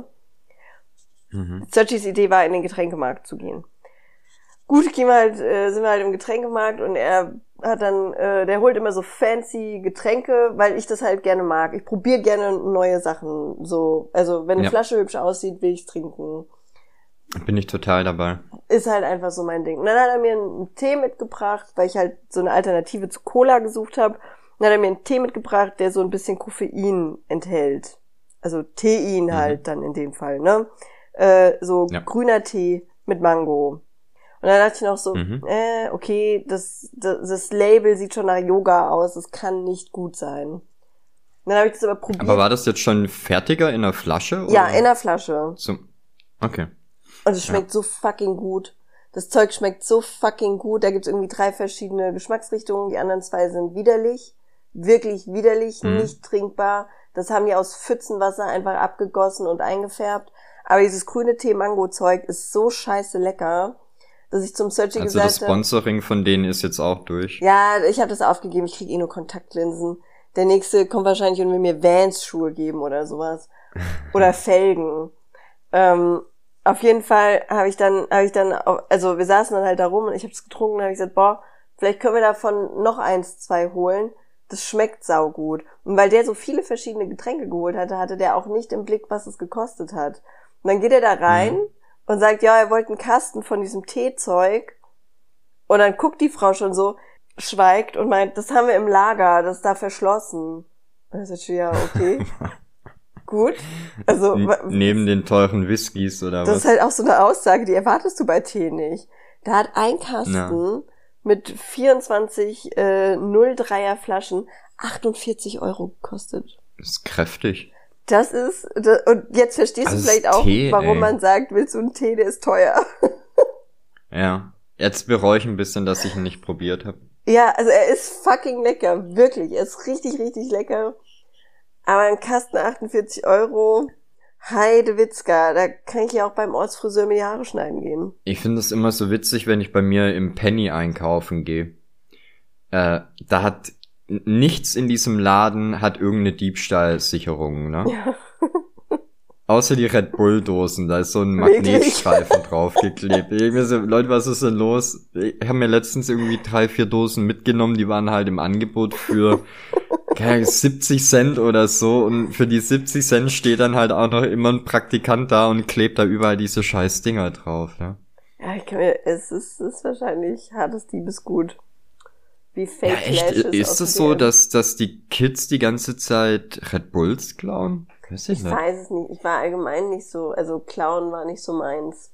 Mhm. Sergis Idee war, in den Getränkemarkt zu gehen. Gut, gehen wir halt, äh, sind wir halt im Getränkemarkt und er hat dann, äh, der holt immer so fancy Getränke, weil ich das halt gerne mag. Ich probiere gerne neue Sachen, so, also wenn eine ja. Flasche hübsch aussieht, will ich's trinken. Bin ich total dabei. Ist halt einfach so mein Ding. Und dann hat er mir einen Tee mitgebracht, weil ich halt so eine Alternative zu Cola gesucht habe. Dann hat er mir einen Tee mitgebracht, der so ein bisschen Koffein enthält. Also Tein mhm. halt dann in dem Fall, ne? Äh, so ja. grüner Tee mit Mango. Und dann dachte ich noch so, mhm. äh, okay, das, das, das Label sieht schon nach Yoga aus, das kann nicht gut sein. Und dann habe ich das aber probiert. Aber war das jetzt schon fertiger in der Flasche? Oder? Ja, in der Flasche. Zum okay. Und es schmeckt ja. so fucking gut. Das Zeug schmeckt so fucking gut. Da gibt's irgendwie drei verschiedene Geschmacksrichtungen. Die anderen zwei sind widerlich. Wirklich widerlich, mhm. nicht trinkbar. Das haben die aus Pfützenwasser einfach abgegossen und eingefärbt. Aber dieses grüne Tee-Mango-Zeug ist so scheiße lecker, dass ich zum Sergi also gesagt habe... Also das Sponsoring von denen ist jetzt auch durch. Ja, ich habe das aufgegeben. Ich krieg eh nur Kontaktlinsen. Der nächste kommt wahrscheinlich und will mir Vans-Schuhe geben oder sowas. Oder Felgen. Ähm, auf jeden Fall habe ich dann, habe ich dann, also wir saßen dann halt da rum und ich habe es getrunken und habe ich gesagt, boah, vielleicht können wir davon noch eins, zwei holen. Das schmeckt saugut. Und weil der so viele verschiedene Getränke geholt hatte, hatte der auch nicht im Blick, was es gekostet hat. Und dann geht er da rein mhm. und sagt, ja, er wollte einen Kasten von diesem Teezeug. Und dann guckt die Frau schon so, schweigt und meint, das haben wir im Lager, das ist da verschlossen. Und dann sagt sie, ja, okay. Gut. Also N- neben den teuren Whiskys oder das was? Das ist halt auch so eine Aussage, die erwartest du bei Tee nicht. Da hat ein Kasten ja. mit vierundzwanzig äh, null Komma dreier Flaschen achtundvierzig Euro gekostet. Das ist kräftig. Das ist, das, und jetzt verstehst also du vielleicht auch, Tee, warum ey. man sagt, willst du einen Tee, der ist teuer. Ja, jetzt bereue ich ein bisschen, dass ich ihn nicht probiert habe. Ja, also er ist fucking lecker, wirklich, er ist richtig, richtig lecker. Aber ein Kasten achtundvierzig Euro, Heidewitzka, da kann ich ja auch beim Ortsfriseur mir die Haare schneiden gehen. Ich finde es immer so witzig, wenn ich bei mir im Penny einkaufen gehe. Äh, da hat nichts in diesem Laden hat irgendeine Diebstahlsicherung, ne? Ja. Außer die Red Bull Dosen, da ist so ein Magnetstreifen draufgeklebt. Ich mir so, Leute, was ist denn los? Ich habe mir letztens irgendwie drei, vier Dosen mitgenommen, die waren halt im Angebot für siebzig Cent oder so und für die siebzig Cent steht dann halt auch noch immer ein Praktikant da und klebt da überall diese scheiß Dinger drauf, ne? Ja, ich kann mir, es ist, es ist wahrscheinlich hartes Diebesgut. Wie Fake ja, echt? Ist es so, dass, dass die Kids die ganze Zeit Red Bulls klauen? Weiß ich ich weiß es nicht. Ich war allgemein nicht so, also klauen war nicht so meins.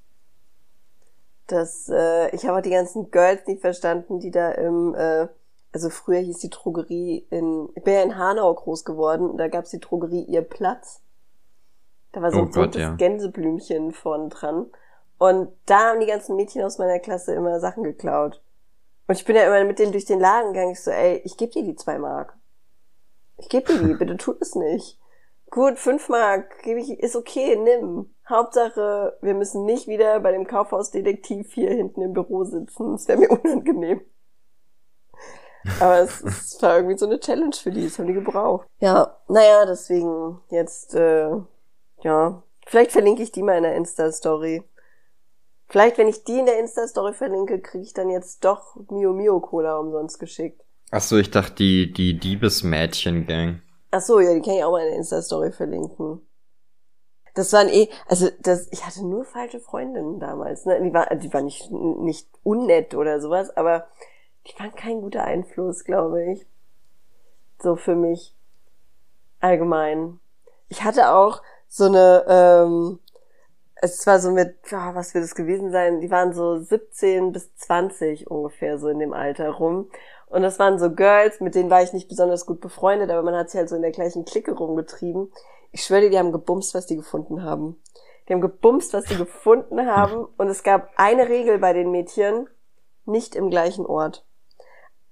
Das, äh, ich habe auch die ganzen Girls nicht verstanden, die da im, äh, also früher hieß die Drogerie in, ich bin ja in Hanau groß geworden, da gab's die Drogerie Ihr Platz. Da war so ein oh buntes ja. Gänseblümchen vorn dran. Und da haben die ganzen Mädchen aus meiner Klasse immer Sachen geklaut. Und ich bin ja immer mit denen durch den Laden gegangen, ich so, ey, ich geb dir die zwei Mark. Ich geb dir die, bitte tut es nicht. Gut, fünf Mark, gebe ich, ist okay, nimm. Hauptsache, wir müssen nicht wieder bei dem Kaufhausdetektiv hier hinten im Büro sitzen. Das wäre mir unangenehm. Aber es, es war irgendwie so eine Challenge für die, das haben die gebraucht. Ja, naja, deswegen jetzt, äh, ja, vielleicht verlinke ich die mal in der Insta-Story. Vielleicht, wenn ich die in der Insta-Story verlinke, kriege ich dann jetzt doch Mio Mio Cola umsonst geschickt. Ach so, ich dachte, die, die Diebesmädchen-Gang. Ach so, ja, die kann ich auch mal in der Insta-Story verlinken. Das waren eh, also das, ich hatte nur falsche Freundinnen damals, ne? Die waren, die waren nicht, nicht unnett oder sowas, aber die waren kein guter Einfluss, glaube ich. So für mich. Allgemein. Ich hatte auch so eine, ähm, es war so mit, oh, was wird es gewesen sein? Die waren so siebzehn bis zwanzig ungefähr so in dem Alter rum. Und das waren so Girls, mit denen war ich nicht besonders gut befreundet, aber man hat sich halt so in der gleichen Clique rumgetrieben. Ich schwöre dir, die haben gebumst, was die gefunden haben. Die haben gebumst, was die gefunden haben. Und es gab eine Regel bei den Mädchen, nicht im gleichen Ort.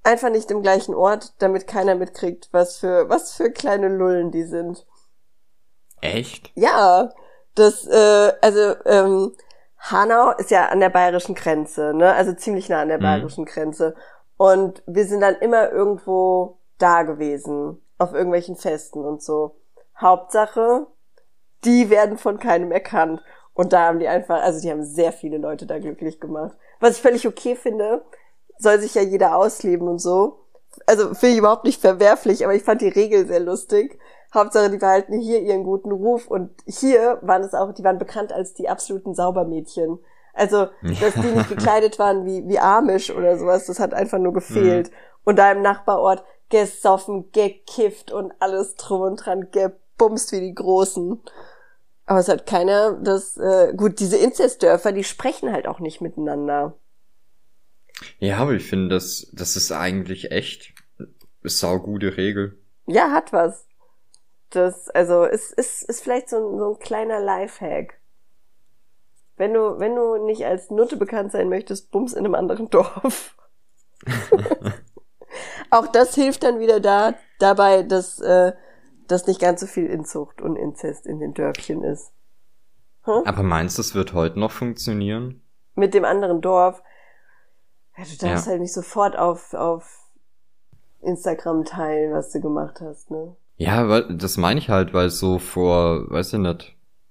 einfach nicht im gleichen Ort, damit keiner mitkriegt, was für was für kleine Lullen die sind. Echt? Ja, das, äh, also, ähm, Hanau ist ja an der bayerischen Grenze, ne, also ziemlich nah an der bayerischen mhm. Grenze. Und wir sind dann immer irgendwo da gewesen, auf irgendwelchen Festen und so. Hauptsache, die werden von keinem erkannt. Und da haben die einfach, also die haben sehr viele Leute da glücklich gemacht. Was ich völlig okay finde, soll sich ja jeder ausleben und so. Also finde ich überhaupt nicht verwerflich, aber ich fand die Regel sehr lustig. Hauptsache, die behalten hier ihren guten Ruf. Und hier waren es auch, die waren bekannt als die absoluten Saubermädchen. Also, dass die nicht gekleidet waren wie, wie Amish oder sowas, das hat einfach nur gefehlt. Mhm. Und da im Nachbarort gesoffen, gekifft und alles drum und dran gebumst wie die Großen. Aber es hat keiner, das, äh, gut, diese Inzestdörfer, die sprechen halt auch nicht miteinander. Ja, aber ich finde, das, das ist eigentlich echt eine saugute Regel. Ja, hat was. Das, also, ist, ist, ist vielleicht so ein, so ein kleiner Lifehack. Wenn du, wenn du nicht als Nutte bekannt sein möchtest, bums in einem anderen Dorf. Auch das hilft dann wieder da, dabei, dass, äh, dass nicht ganz so viel Inzucht und Inzest in den Dörfchen ist. Hm? Aber meinst du, es wird heute noch funktionieren? Mit dem anderen Dorf? Ja, du darfst ja halt nicht sofort auf, auf Instagram teilen, was du gemacht hast, ne? Ja, weil, das meine ich halt, weil so vor, weiß ich nicht.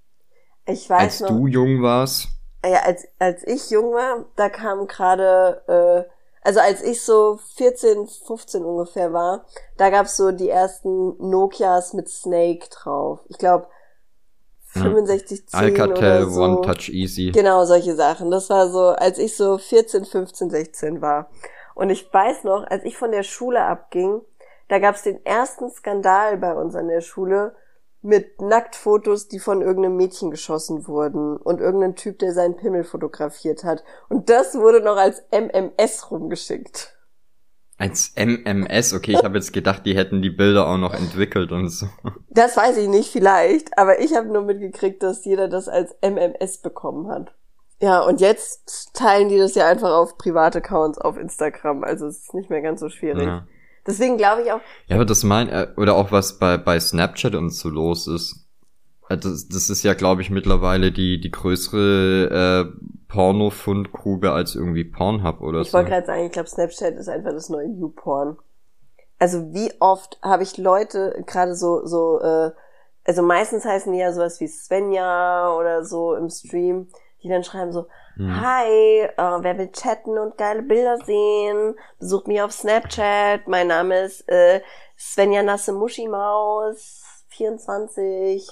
Ich weiß als noch. Als du jung warst? Ja, als, als ich jung war, da kam gerade, äh, also als ich so vierzehn, fünfzehn ungefähr war, da gab's so die ersten Nokias mit Snake drauf. Ich glaube fünfundsechzig zehn Alcatel, oder so. One Touch Easy. Genau, solche Sachen. Das war so, als ich so vierzehn, fünfzehn, sechzehn war. Und ich weiß noch, als ich von der Schule abging, da gab's den ersten Skandal bei uns an der Schule mit Nacktfotos, die von irgendeinem Mädchen geschossen wurden und irgendein Typ, der seinen Pimmel fotografiert hat. Und das wurde noch als M M S rumgeschickt. Als M M S? Okay, ich habe jetzt gedacht, die hätten die Bilder auch noch entwickelt und so. Das weiß ich nicht, vielleicht. Aber ich habe nur mitgekriegt, dass jeder das als M M S bekommen hat. Ja, und jetzt teilen die das ja einfach auf Privataccounts auf Instagram. Also es ist nicht mehr ganz so schwierig. Ja. Deswegen glaube ich auch... Ja, aber das mein... Oder auch was bei bei Snapchat und so los ist. Das, das ist ja, glaube ich, mittlerweile die die größere äh, Porno-Fundgrube als irgendwie Pornhub oder ich so. Ich wollte gerade sagen, ich glaube, Snapchat ist einfach das neue YouPorn. Also wie oft habe ich Leute, gerade so... so äh, also meistens heißen die ja sowas wie Svenja oder so im Stream, die dann schreiben so... Hm. Hi, äh, wer will chatten und geile Bilder sehen? Besucht mich auf Snapchat. Mein Name ist äh, Svenja Nasse Muschimaus vierundzwanzig.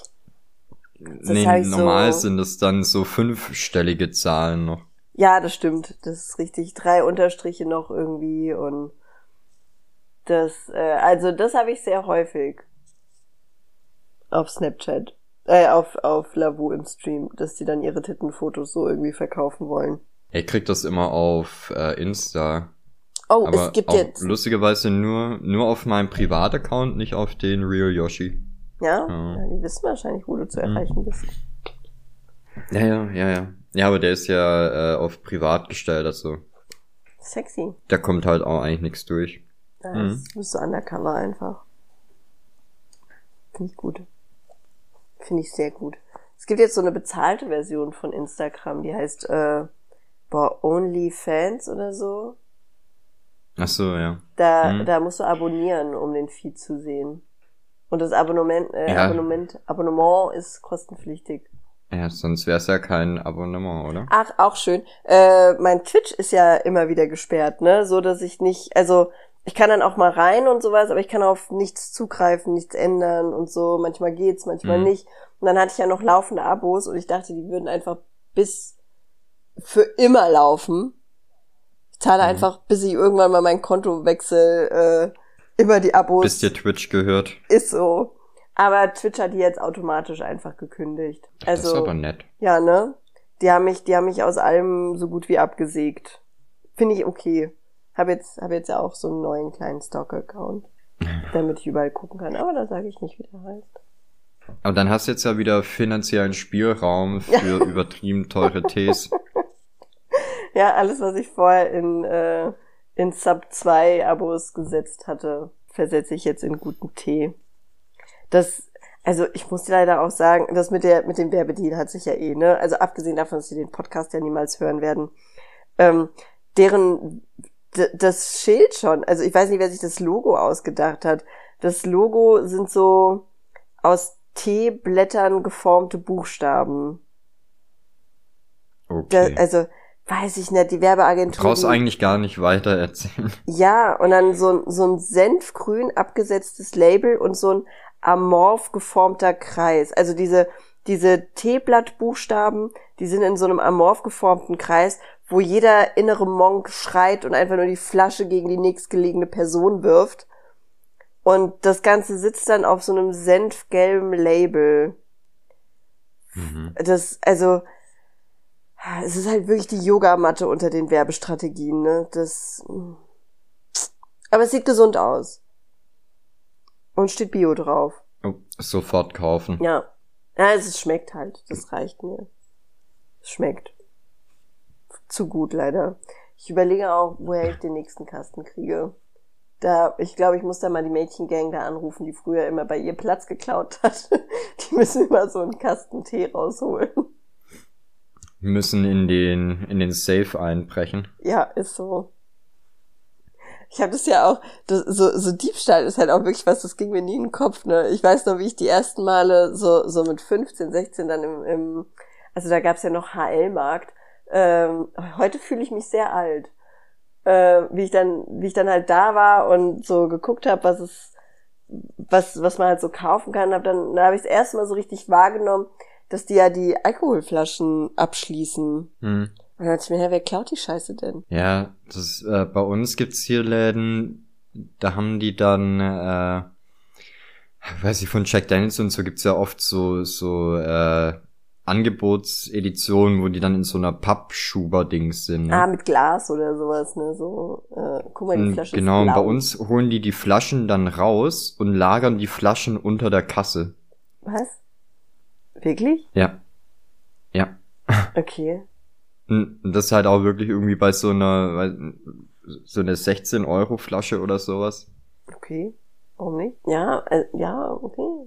Das nee, normal so, sind es dann so fünfstellige Zahlen noch. Ja, das stimmt. Das ist richtig. Drei Unterstriche noch irgendwie und das, äh, also das habe ich sehr häufig auf Snapchat. Äh, auf, auf Lavu im Stream, dass die dann ihre Tittenfotos so irgendwie verkaufen wollen. Ich krieg das immer auf äh, Insta. Oh, aber es gibt auch jetzt... lustigerweise nur nur auf meinem Privataccount, nicht auf den Real Yoshi. Ja? Ja, ja, die wissen wahrscheinlich, wo du zu erreichen hm. bist. Ja, ja, ja, ja. Ja, aber der ist ja äh, auf privat gestellt, also... Sexy. Da kommt halt auch eigentlich nichts durch. Ja, das mhm. bist du undercover einfach. Finde ich gut. Finde ich sehr gut. Es gibt jetzt so eine bezahlte Version von Instagram, die heißt äh, boah, OnlyFans oder so. Ach so, ja. Da, hm. da musst du abonnieren, um den Feed zu sehen. Und das Abonnement, äh, ja. Abonnement, Abonnement ist kostenpflichtig. Ja, sonst wäre es ja kein Abonnement, oder? Ach, auch schön. Äh, mein Twitch ist ja immer wieder gesperrt, ne? So, dass ich nicht, also ich kann dann auch mal rein und sowas, aber ich kann auf nichts zugreifen, nichts ändern und so. Manchmal geht's, manchmal mhm. nicht. Und dann hatte ich ja noch laufende Abos und ich dachte, die würden einfach bis für immer laufen. Ich zahle mhm. einfach, bis ich irgendwann mal mein Konto wechsle, äh, immer die Abos. Bis dir Twitch gehört. Ist so. Aber Twitch hat die jetzt automatisch einfach gekündigt. Also, das ist aber nett. Ja, ne? Die haben mich, die haben mich aus allem so gut wie abgesägt. Finde ich okay. Hab jetzt, hab jetzt ja auch so einen neuen kleinen Stock-Account, damit ich überall gucken kann. Aber da sage ich nicht, wie der heißt. Aber dann hast du jetzt ja wieder finanziellen Spielraum für übertrieben teure Tees. Ja, alles, was ich vorher in, äh, in Sub zwei Abos gesetzt hatte, versetze ich jetzt in guten Tee. Das, also ich muss dir leider auch sagen, das mit der mit dem Werbedeal hat sich ja eh, ne? Also abgesehen davon, dass sie den Podcast ja niemals hören werden, ähm, deren d- das Schild schon, also ich weiß nicht, wer sich das Logo ausgedacht hat. Das Logo sind so aus Teeblättern geformte Buchstaben. Okay. Da, also weiß ich nicht, die Werbeagentur. Du brauchst die, eigentlich gar nicht weiter erzählen. Ja, und dann so ein, so ein senfgrün abgesetztes Label und so ein amorph geformter Kreis. Also diese, diese Teeblattbuchstaben, die sind in so einem amorph geformten Kreis, wo jeder innere Monk schreit und einfach nur die Flasche gegen die nächstgelegene Person wirft. Und das Ganze sitzt dann auf so einem senfgelben Label. Mhm. Das, also, es ist halt wirklich die Yogamatte unter den Werbestrategien, ne? Das, aber es sieht gesund aus. Und steht Bio drauf. Oh, sofort kaufen. Ja. Ja, es schmeckt halt. Das reicht mir. Es schmeckt. Zu gut, leider. Ich überlege auch, woher ich den nächsten Kasten kriege. Da, ich glaube, ich muss da mal die Mädchengang da anrufen, die früher immer bei ihr Platz geklaut hat. Die müssen immer so einen Kasten Tee rausholen. Müssen in den in den Safe einbrechen. Ja, ist so. Ich habe das ja auch, das, so, so Diebstahl ist halt auch wirklich was, das ging mir nie in den Kopf, ne? Ich weiß noch, wie ich die ersten Male so so mit fünfzehn, sechzehn dann im, im also da gab's ja noch H L-Markt. Ähm, heute fühle ich mich sehr alt. Äh, wie ich dann, wie ich dann halt da war und so geguckt habe, was es, was, was man halt so kaufen kann, hab dann, da habe ich das erste Mal so richtig wahrgenommen, dass die ja die Alkoholflaschen abschließen. Hm. Und dann dachte ich mir, hä, wer klaut die Scheiße denn? Ja, das äh, bei uns gibt's hier Läden, da haben die dann, äh, weiß ich, von Jack Daniels und so gibt's ja oft so so äh, Angebotseditionen, wo die dann in so einer Pappschuber-Dings sind. Ne? Ah, mit Glas oder sowas, ne, so, äh, guck mal, die Flasche Genau, ist und blau. bei uns holen die die Flaschen dann raus und lagern die Flaschen unter der Kasse. Was? Wirklich? Ja. Ja. Okay. Und das ist halt auch wirklich irgendwie bei so einer, weiß- so eine sechzehn Euro Flasche oder sowas. Okay. Warum nicht? Ja, äh, ja, okay.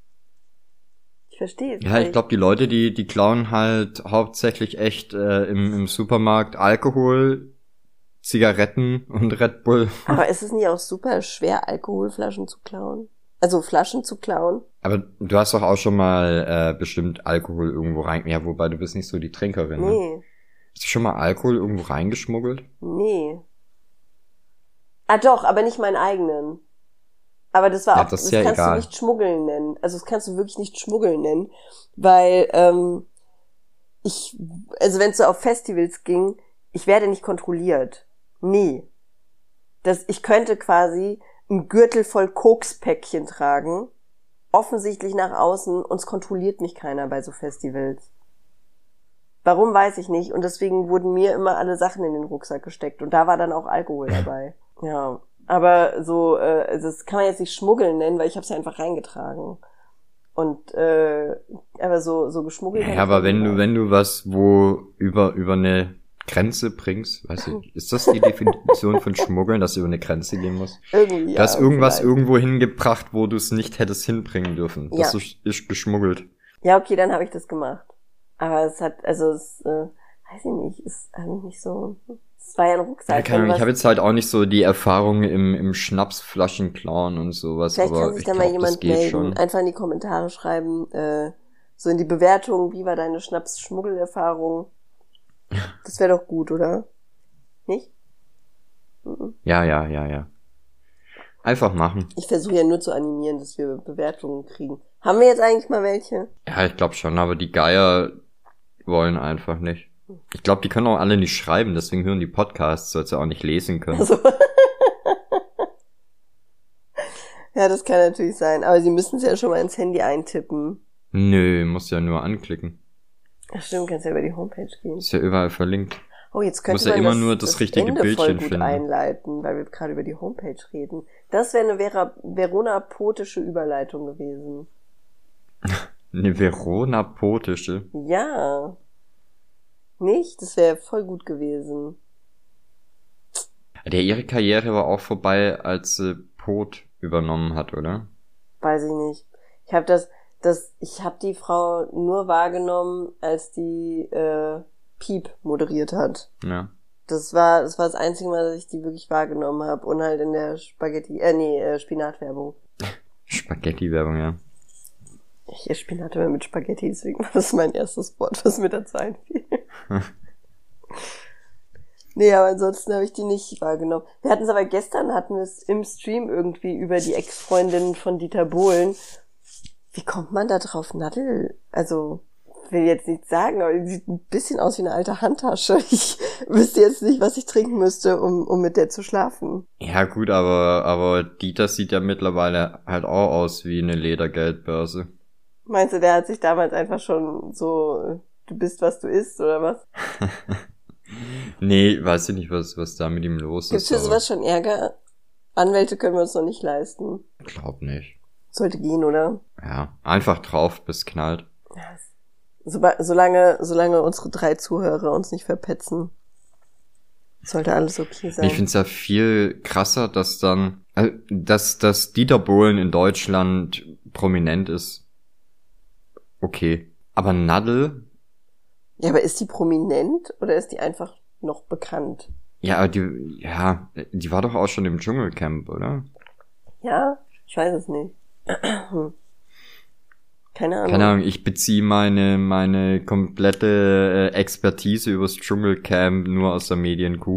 Ich verstehe. Ja, ich glaube, die Leute, die die klauen halt hauptsächlich echt äh, im, im Supermarkt Alkohol, Zigaretten und Red Bull. Aber ist es nicht auch super schwer, Alkoholflaschen zu klauen? Also Flaschen zu klauen? Aber du hast doch auch schon mal äh, bestimmt Alkohol irgendwo rein... Ja, wobei du bist nicht so die Trinkerin, ne? Nee. Hast du schon mal Alkohol irgendwo reingeschmuggelt? Nee. Ah doch, aber nicht meinen eigenen. Aber das war Ja, auch, das das, ist ja kannst egal. du nicht schmuggeln nennen. Also das kannst du wirklich nicht schmuggeln nennen. Weil, ähm, ich, also wenn es so auf Festivals ging, ich werde nicht kontrolliert. Nie. Das, ich könnte quasi ein Gürtel voll Kokspäckchen tragen, offensichtlich nach außen, und es kontrolliert mich keiner bei so Festivals. Warum, weiß ich nicht. Und deswegen wurden mir immer alle Sachen in den Rucksack gesteckt. Und da war dann auch Alkohol dabei. Ja, aber so, äh, das kann man jetzt nicht schmuggeln nennen, weil ich habe es ja einfach reingetragen. Und, äh, aber so, so geschmuggelt. Ja, aber wenn du, wenn du was wo über, über eine Grenze bringst, weißt du, ist das die Definition von Schmuggeln, dass du über eine Grenze gehen musst? Irgendwie, Du hast ja, irgendwas vielleicht. irgendwo hingebracht, wo du es nicht hättest hinbringen dürfen. Ja. Das ist, ist geschmuggelt. Ja, okay, dann habe ich das gemacht. Aber es hat, also es, äh, weiß ich nicht, ist eigentlich nicht so, es war ja ein Rucksack. Ja, keine Ahnung, ich habe jetzt halt auch nicht so die Erfahrung im, im Schnapsflaschenklauen und sowas, Vielleicht aber kann sich ich da mal glaube, das jemand geht melden. schon. Einfach in die Kommentare schreiben, äh, so in die Bewertung, wie war deine Schnaps-Schmuggelerfahrung? Das wäre doch gut, oder? Nicht? Mhm. Ja, ja, ja, ja. Einfach machen. Ich versuche ja nur zu animieren, dass wir Bewertungen kriegen. Haben wir jetzt eigentlich mal welche? Ja, ich glaube schon, aber die Geier wollen einfach nicht. Ich glaube, die können auch alle nicht schreiben, deswegen hören die Podcasts, soll sie auch nicht lesen können. Also ja, das kann natürlich sein. Aber sie müssen es ja schon mal ins Handy eintippen. Nö, muss ja nur anklicken. Ach stimmt, kannst ja über die Homepage gehen. Ist ja überall verlinkt. Oh, jetzt könnte Muss ja man immer das, nur das das richtige Ende voll Bildchen gut finden. einleiten, weil wir gerade über die Homepage reden. Das wäre eine Vera, Verona-potische Überleitung gewesen. Eine Verona-potische. Ja. Nicht? Das wäre voll gut gewesen. Der ihre Karriere war auch vorbei, als sie Pot übernommen hat, oder? Weiß ich nicht. Ich habe das, das, ich habe die Frau nur wahrgenommen, als die äh, Piep moderiert hat. Ja. Das war, das war das einzige Mal, dass ich die wirklich wahrgenommen habe und halt in der Spaghetti, äh nee, äh, Spinatwerbung. Spaghetti-Werbung, ja. Ich esse Spinat immer mit Spaghetti, deswegen war das mein erstes Wort, was mir dazu einfiel. Nee, aber ansonsten habe ich die nicht wahrgenommen. Wir hatten es aber gestern, hatten wir es im Stream irgendwie über die Ex-Freundin von Dieter Bohlen. Wie kommt man da drauf? Nadel, also, will jetzt nicht sagen, aber die sieht ein bisschen aus wie eine alte Handtasche. Ich wüsste jetzt nicht, was ich trinken müsste, um, um mit der zu schlafen. Ja gut, aber, aber Dieter sieht ja mittlerweile halt auch aus wie eine Ledergeldbörse. Meinst du, der hat sich damals einfach schon so, du bist, was du isst, oder was? Nee, weiß ich nicht, was, was da mit ihm los Gibt's ist. für sowas schon Ärger? Anwälte können wir uns noch nicht leisten. Glaub nicht. Sollte gehen, oder? Ja, einfach drauf, bis knallt. So, solange, solange unsere drei Zuhörer uns nicht verpetzen, sollte alles okay sein. Ich find's ja viel krasser, dass dann, äh, dass, dass Dieter Bohlen in Deutschland prominent ist. Okay. Aber Nadel? Ja, aber ist die prominent oder ist die einfach noch bekannt? Ja, aber die, ja, die war doch auch schon im Dschungelcamp, oder? Ja? Ich weiß es nicht. Keine Ahnung. Keine Ahnung, ich beziehe meine, meine komplette äh, Expertise übers Dschungelcamp nur aus der Medienkuh.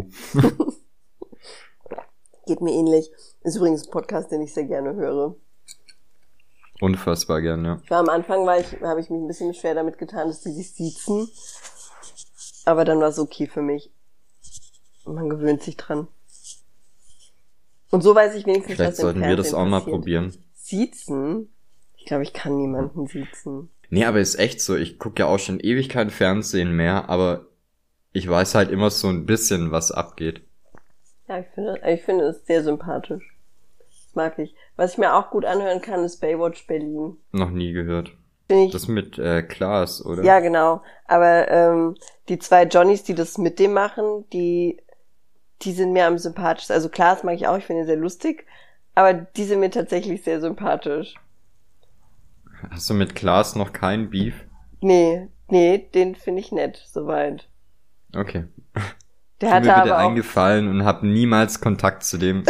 Geht mir ähnlich. Ist übrigens ein Podcast, den ich sehr gerne höre. Unfassbar gern, ja. Ich war am Anfang, war ich, habe ich mich ein bisschen schwer damit getan, dass die sich siezen. Aber dann war es okay für mich. Man gewöhnt sich dran. Und so weiß ich wenigstens, Vielleicht was im sollten wir das Fernsehen auch mal passiert. probieren. Siezen? Ich glaube, ich kann niemanden siezen. Nee, aber ist echt so. Ich gucke ja auch schon ewig kein Fernsehen mehr, aber ich weiß halt immer so ein bisschen, was abgeht. Ja, ich finde, ich finde es sehr sympathisch. Das mag ich. Was ich mir auch gut anhören kann, ist Baywatch Berlin. Noch nie gehört. Finde ich, Das mit äh, Klaas, oder? ja, genau. Aber ähm, die zwei Johnnies, die das mit dem machen, die die sind mir am sympathischsten. Also Klaas mag ich auch, ich finde ihn sehr lustig, aber die sind mir tatsächlich sehr sympathisch. Hast du mit Klaas noch kein Beef? Nee, nee, den finde ich nett, soweit. Okay. Der Tu hatte mir bitte aber auch... eingefallen und hab niemals Kontakt zu dem.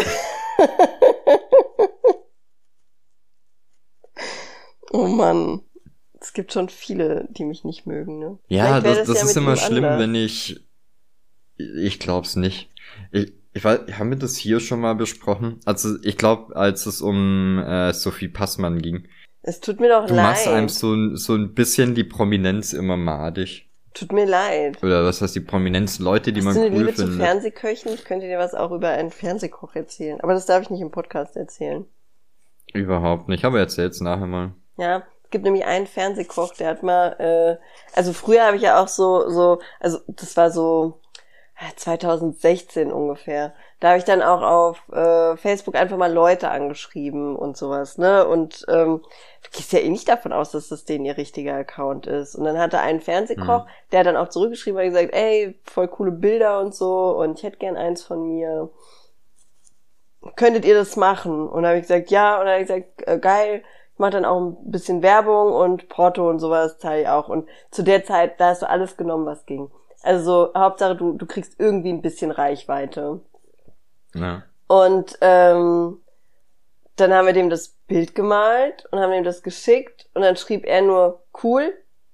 Oh Mann. Es gibt schon viele, die mich nicht mögen, ne? Ja, Vielleicht wär das, das ja ist mit immer ihm schlimm, anders. wenn ich... Ich glaub's nicht. Ich, ich weiß, haben wir das hier schon mal besprochen? Also ich glaube, als es um äh, Sophie Passmann ging. Es tut mir doch Du leid. machst einem so, ein- so ein bisschen die Prominenz immer madig. Tut mir leid. Oder was heißt die Prominenz? Leute, die Hast man du eine cool Liebe zu findet. Fernsehköchen? Ich könnte dir was auch über einen Fernsehkoch erzählen. Aber das darf ich nicht im Podcast erzählen. Überhaupt nicht. Aber erzähl's nachher mal. Ja, es gibt nämlich einen Fernsehkoch, der hat mal, äh, also früher habe ich ja auch so, so, also das war so äh, zwanzig sechzehn ungefähr. Da habe ich dann auch auf äh, Facebook einfach mal Leute angeschrieben und sowas, ne? Und ähm, du gehst ja eh nicht davon aus, dass das denen ihr richtiger Account ist. Und dann hatte ein Fernsehkoch, Mhm. der hat dann auch zurückgeschrieben und gesagt, ey, voll coole Bilder und so und ich hätte gern eins von mir. Könntet ihr das machen? Und dann habe ich gesagt, ja. Und dann habe ich gesagt, äh, geil, ich mache dann auch ein bisschen Werbung und Porto und sowas zahle ich auch. Und zu der Zeit, da hast du alles genommen, was ging. Also Hauptsache, du du kriegst irgendwie ein bisschen Reichweite. Ja. Und ähm, dann haben wir dem das Bild gemalt und haben ihm das geschickt und dann schrieb er nur cool.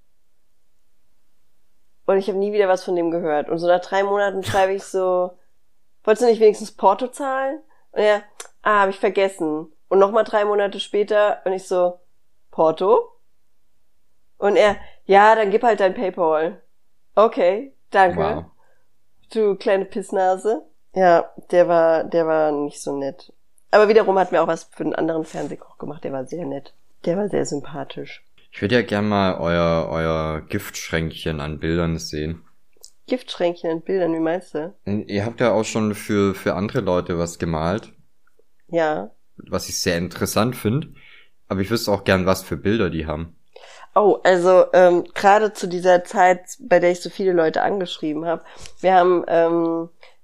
Und ich habe nie wieder was von dem gehört. Und so nach drei Monaten schreibe ich so, wolltest du nicht wenigstens Porto zahlen? Und er, ah, habe ich vergessen. Und nochmal drei Monate später und ich so, Porto? Und er, ja, dann gib halt dein PayPal. Okay, danke. Wow. Du kleine Pissnase. Ja, der war, der war nicht so nett. Aber wiederum hat mir auch was für einen anderen Fernsehkoch gemacht, der war sehr nett. Der war sehr sympathisch. Ich würde ja gern mal euer, euer Giftschränkchen an Bildern sehen. Giftschränkchen und Bildern, wie meinst du? Ihr habt ja auch schon für, für andere Leute was gemalt, Ja. was ich sehr interessant finde. Aber ich wüsste auch gern, was für Bilder die haben. Oh, also ähm, gerade zu dieser Zeit, bei der ich so viele Leute angeschrieben habe, wir haben ähm,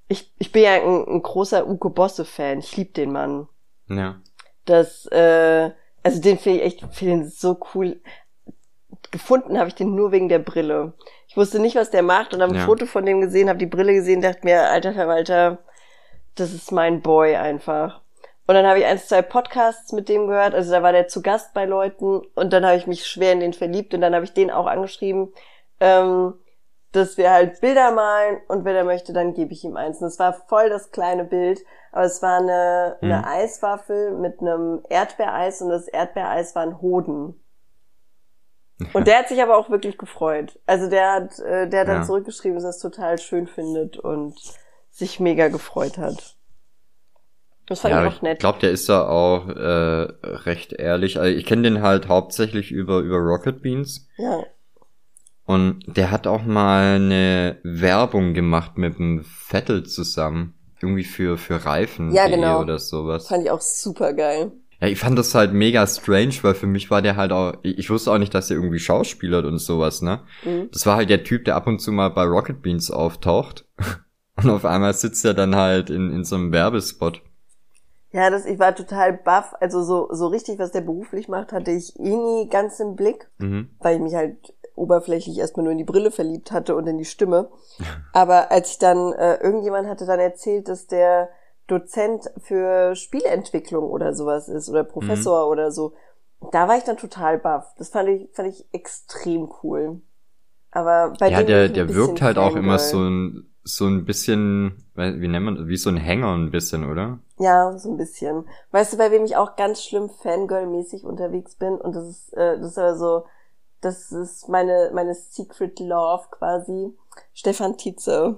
Ich, ich bin ja ein, ein großer Uke Bosse-Fan. Ich lieb den Mann. Ja. Das, äh, also den finde ich echt, finde den so cool. Gefunden habe ich den nur wegen der Brille. Ich wusste nicht, was der macht und habe ein Ja. Foto von dem gesehen, habe die Brille gesehen, dachte mir, alter Verwalter, das ist mein Boy einfach. Und dann habe ich eins, zwei Podcasts mit dem gehört, also da war der zu Gast bei Leuten und dann habe ich mich schwer in den verliebt und dann habe ich den auch angeschrieben, ähm, dass wir halt Bilder malen und wenn er möchte, dann gebe ich ihm eins. Und es war voll das kleine Bild, aber es war eine, Mhm. eine Eiswaffel mit einem Erdbeereis und das Erdbeereis war ein Hoden. Und der hat sich aber auch wirklich gefreut. Also der hat, äh, der hat dann Ja. zurückgeschrieben, dass er es total schön findet und sich mega gefreut hat. Das fand Ja, ich auch ich nett. glaube, der ist da auch äh, recht ehrlich. Also ich kenne den halt hauptsächlich über über Rocket Beans. Ja. Und der hat auch mal eine Werbung gemacht mit dem Vettel zusammen. Irgendwie für für Reifen Ja, genau. oder sowas. Fand ich auch super geil. Ja, ich fand das halt mega strange, weil für mich war der halt auch, ich ich wusste auch nicht, dass der irgendwie schauspielert und sowas, ne? Mhm. Das war halt der Typ, der ab und zu mal bei Rocket Beans auftaucht. Und auf einmal sitzt er dann halt in in so einem Werbespot. Ja, das, ich war total baff. Also so, so richtig, was der beruflich macht, hatte ich eh nie ganz im Blick, Mhm. weil ich mich halt oberflächlich erstmal nur in die Brille verliebt hatte und in die Stimme. Aber als ich dann, äh, irgendjemand hatte dann erzählt, dass der Dozent für Spieleentwicklung oder sowas ist oder Professor Mhm. oder so, da war ich dann total baff. Das fand ich, fand ich extrem cool. Aber bei Ja, dem bin der ich ein der bisschen wirkt halt auch immer Fangirl. so ein so ein bisschen, wie nennt man, wie so ein Hänger ein bisschen, oder? Ja, so ein bisschen. Weißt du, bei wem ich auch ganz schlimm Fangirl-mäßig unterwegs bin? Und das ist, äh, das ist aber so, das ist meine, meine Secret Love quasi. Stefan Tietze.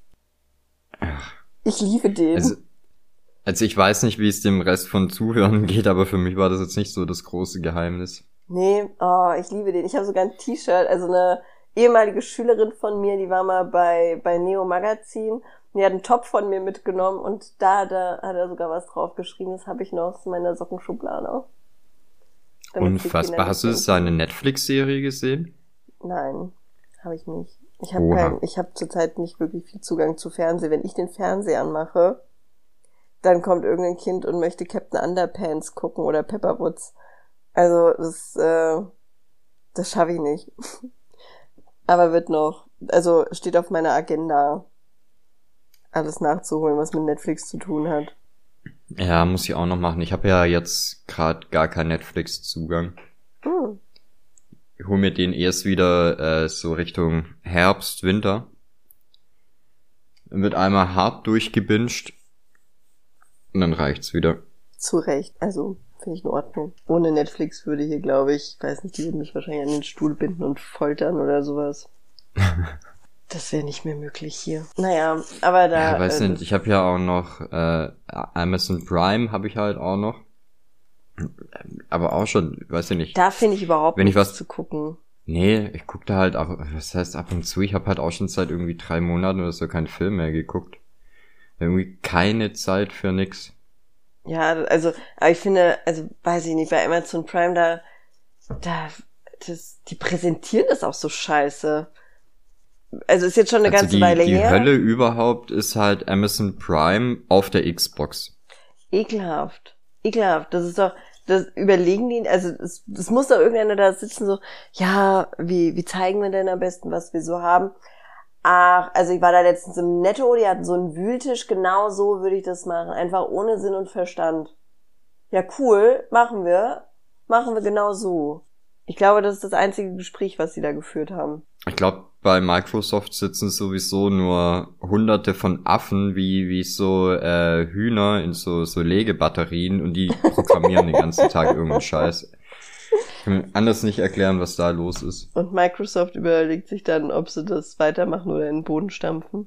Ich liebe den. Also, also ich weiß nicht, wie es dem Rest von Zuhörern geht, aber für mich war das jetzt nicht so das große Geheimnis. Nee, oh, ich liebe den. Ich habe sogar ein T-Shirt, also eine ehemalige Schülerin von mir, die war mal bei, bei Neo Magazin. Die hat einen Top von mir mitgenommen und da hat er, hat er sogar was drauf geschrieben. Das habe ich noch aus meiner Sockenschublade. Damit die Kinder Unfassbar. nicht Hast du denken. seine Netflix-Serie gesehen? Nein, habe ich nicht. Ich habe Oha. kein, ich habe zurzeit nicht wirklich viel Zugang zu Fernsehen. Wenn ich den Fernseher anmache, dann kommt irgendein Kind und möchte Captain Underpants gucken oder Pepperwoods. Also das, äh, das schaffe ich nicht. Aber wird noch, also steht auf meiner Agenda, alles nachzuholen, was mit Netflix zu tun hat. Ja, muss ich auch noch machen. Ich habe ja jetzt gerade gar keinen Netflix-Zugang. Hm. Ich hole mir den erst wieder äh, so Richtung Herbst, Winter. Dann wird einmal hart durchgebinged und dann reicht's wieder. Zu Recht, also finde ich in Ordnung. Ohne Netflix würde hier, glaube ich, weiß nicht, die würden mich wahrscheinlich an den Stuhl binden und foltern oder sowas. Das wäre nicht mehr möglich hier. Naja, aber da... Ja, weiß äh, nicht, ich habe ja auch noch äh, Amazon Prime habe ich halt auch noch. Aber auch schon, weiß ich nicht. Da finde ich überhaupt Wenn ich nichts was- zu gucken. Nee, ich guck da halt ab, was heißt ab und zu, ich habe halt auch schon seit irgendwie drei Monaten oder so keinen Film mehr geguckt. Irgendwie keine Zeit für nix. Ja, also, aber ich finde, also weiß ich nicht, bei Amazon Prime, da, da, das, die präsentieren das auch so scheiße. Also ist jetzt schon eine Also ganze die, Weile die her. Hölle überhaupt ist halt Amazon Prime auf der Xbox. Ekelhaft. Ekelhaft. Das ist doch, das überlegen die, also es, das muss doch irgendeiner da sitzen, so, ja, wie, wie zeigen wir denn am besten, was wir so haben? Ach, also ich war da letztens im Netto, die hatten so einen Wühltisch, genau so würde ich das machen. Einfach ohne Sinn und Verstand. Ja, cool, machen wir. Machen wir genau so. Ich glaube, das ist das einzige Gespräch, was sie da geführt haben. Ich glaube, bei Microsoft sitzen sowieso nur hunderte von Affen wie wie so äh, Hühner in so so Legebatterien und die programmieren den ganzen Tag irgendeinen Scheiß. Ich kann mir anders nicht erklären, was da los ist. Und Microsoft überlegt sich dann, ob sie das weitermachen oder in den Boden stampfen.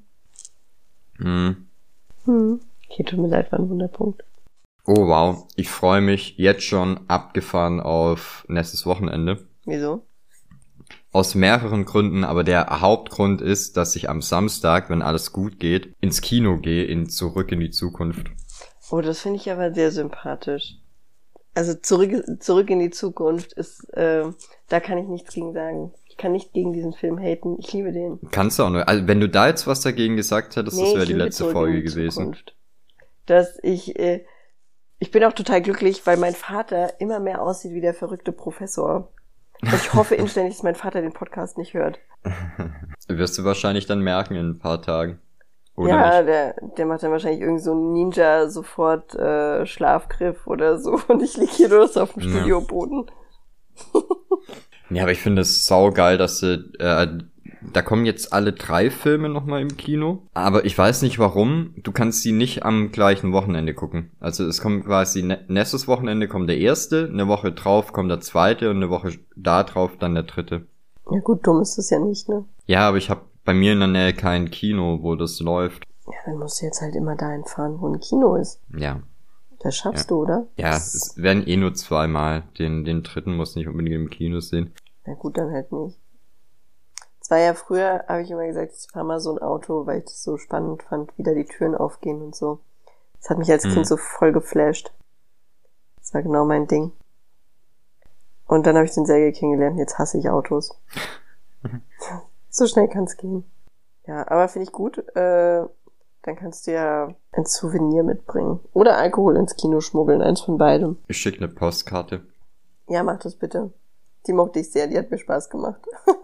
Hm. Hm. Okay, tut mir leid, war ein Wunderpunkt. Oh wow, ich freue mich jetzt schon abgefahren auf nächstes Wochenende. Wieso? Aus mehreren Gründen, aber der Hauptgrund ist, dass ich am Samstag, wenn alles gut geht, ins Kino gehe, in Zurück in die Zukunft. Oh, das finde ich aber sehr sympathisch. Also zurück, zurück in die Zukunft ist, äh, da kann ich nichts gegen sagen. Ich kann nicht gegen diesen Film haten. Ich liebe den. Kannst du auch nur. Also wenn du da jetzt was dagegen gesagt hättest, Nee, das wäre ich die liebe letzte Zurück in Folge die gewesen. Zukunft. Dass ich, äh, ich bin auch total glücklich, weil mein Vater immer mehr aussieht wie der verrückte Professor. Und ich hoffe inständig, dass mein Vater den Podcast nicht hört. Wirst du wahrscheinlich dann merken in ein paar Tagen. Oder ja, nicht? der, der macht dann wahrscheinlich irgend so einen Ninja sofort äh, Schlafgriff oder so und ich lieg hier nur so auf dem Ja. Studioboden. Ja, aber ich finde es saugeil, dass sie, äh, da kommen jetzt alle drei Filme nochmal im Kino. Aber ich weiß nicht warum, du kannst sie nicht am gleichen Wochenende gucken. Also es kommt quasi, ne- nächstes Wochenende kommt der erste, eine Woche drauf kommt der zweite und eine Woche da drauf dann der dritte. Ja gut, dumm ist das ja nicht, ne? Ja, aber ich habe bei mir in der Nähe kein Kino, wo das läuft. Ja, dann musst du jetzt halt immer dahin fahren, wo ein Kino ist. Ja. Das schaffst Ja. du, oder? Ja, es werden eh nur zweimal. Den, den dritten muss nicht unbedingt im Kino sehen. Na gut, dann halt nicht. Es war ja früher, habe ich immer gesagt, ich fahre mal so ein Auto, weil ich das so spannend fand, wie da die Türen aufgehen und so. Das hat mich als Mhm. Kind so voll geflasht. Das war genau mein Ding. Und dann habe ich den Sergei kennengelernt, jetzt hasse ich Autos. So schnell kann's gehen. Ja, aber finde ich gut. Äh, dann kannst du ja ein Souvenir mitbringen. Oder Alkohol ins Kino schmuggeln, eins von beidem. Ich schicke eine Postkarte. Ja, mach das bitte. Die mochte ich sehr, die hat mir Spaß gemacht.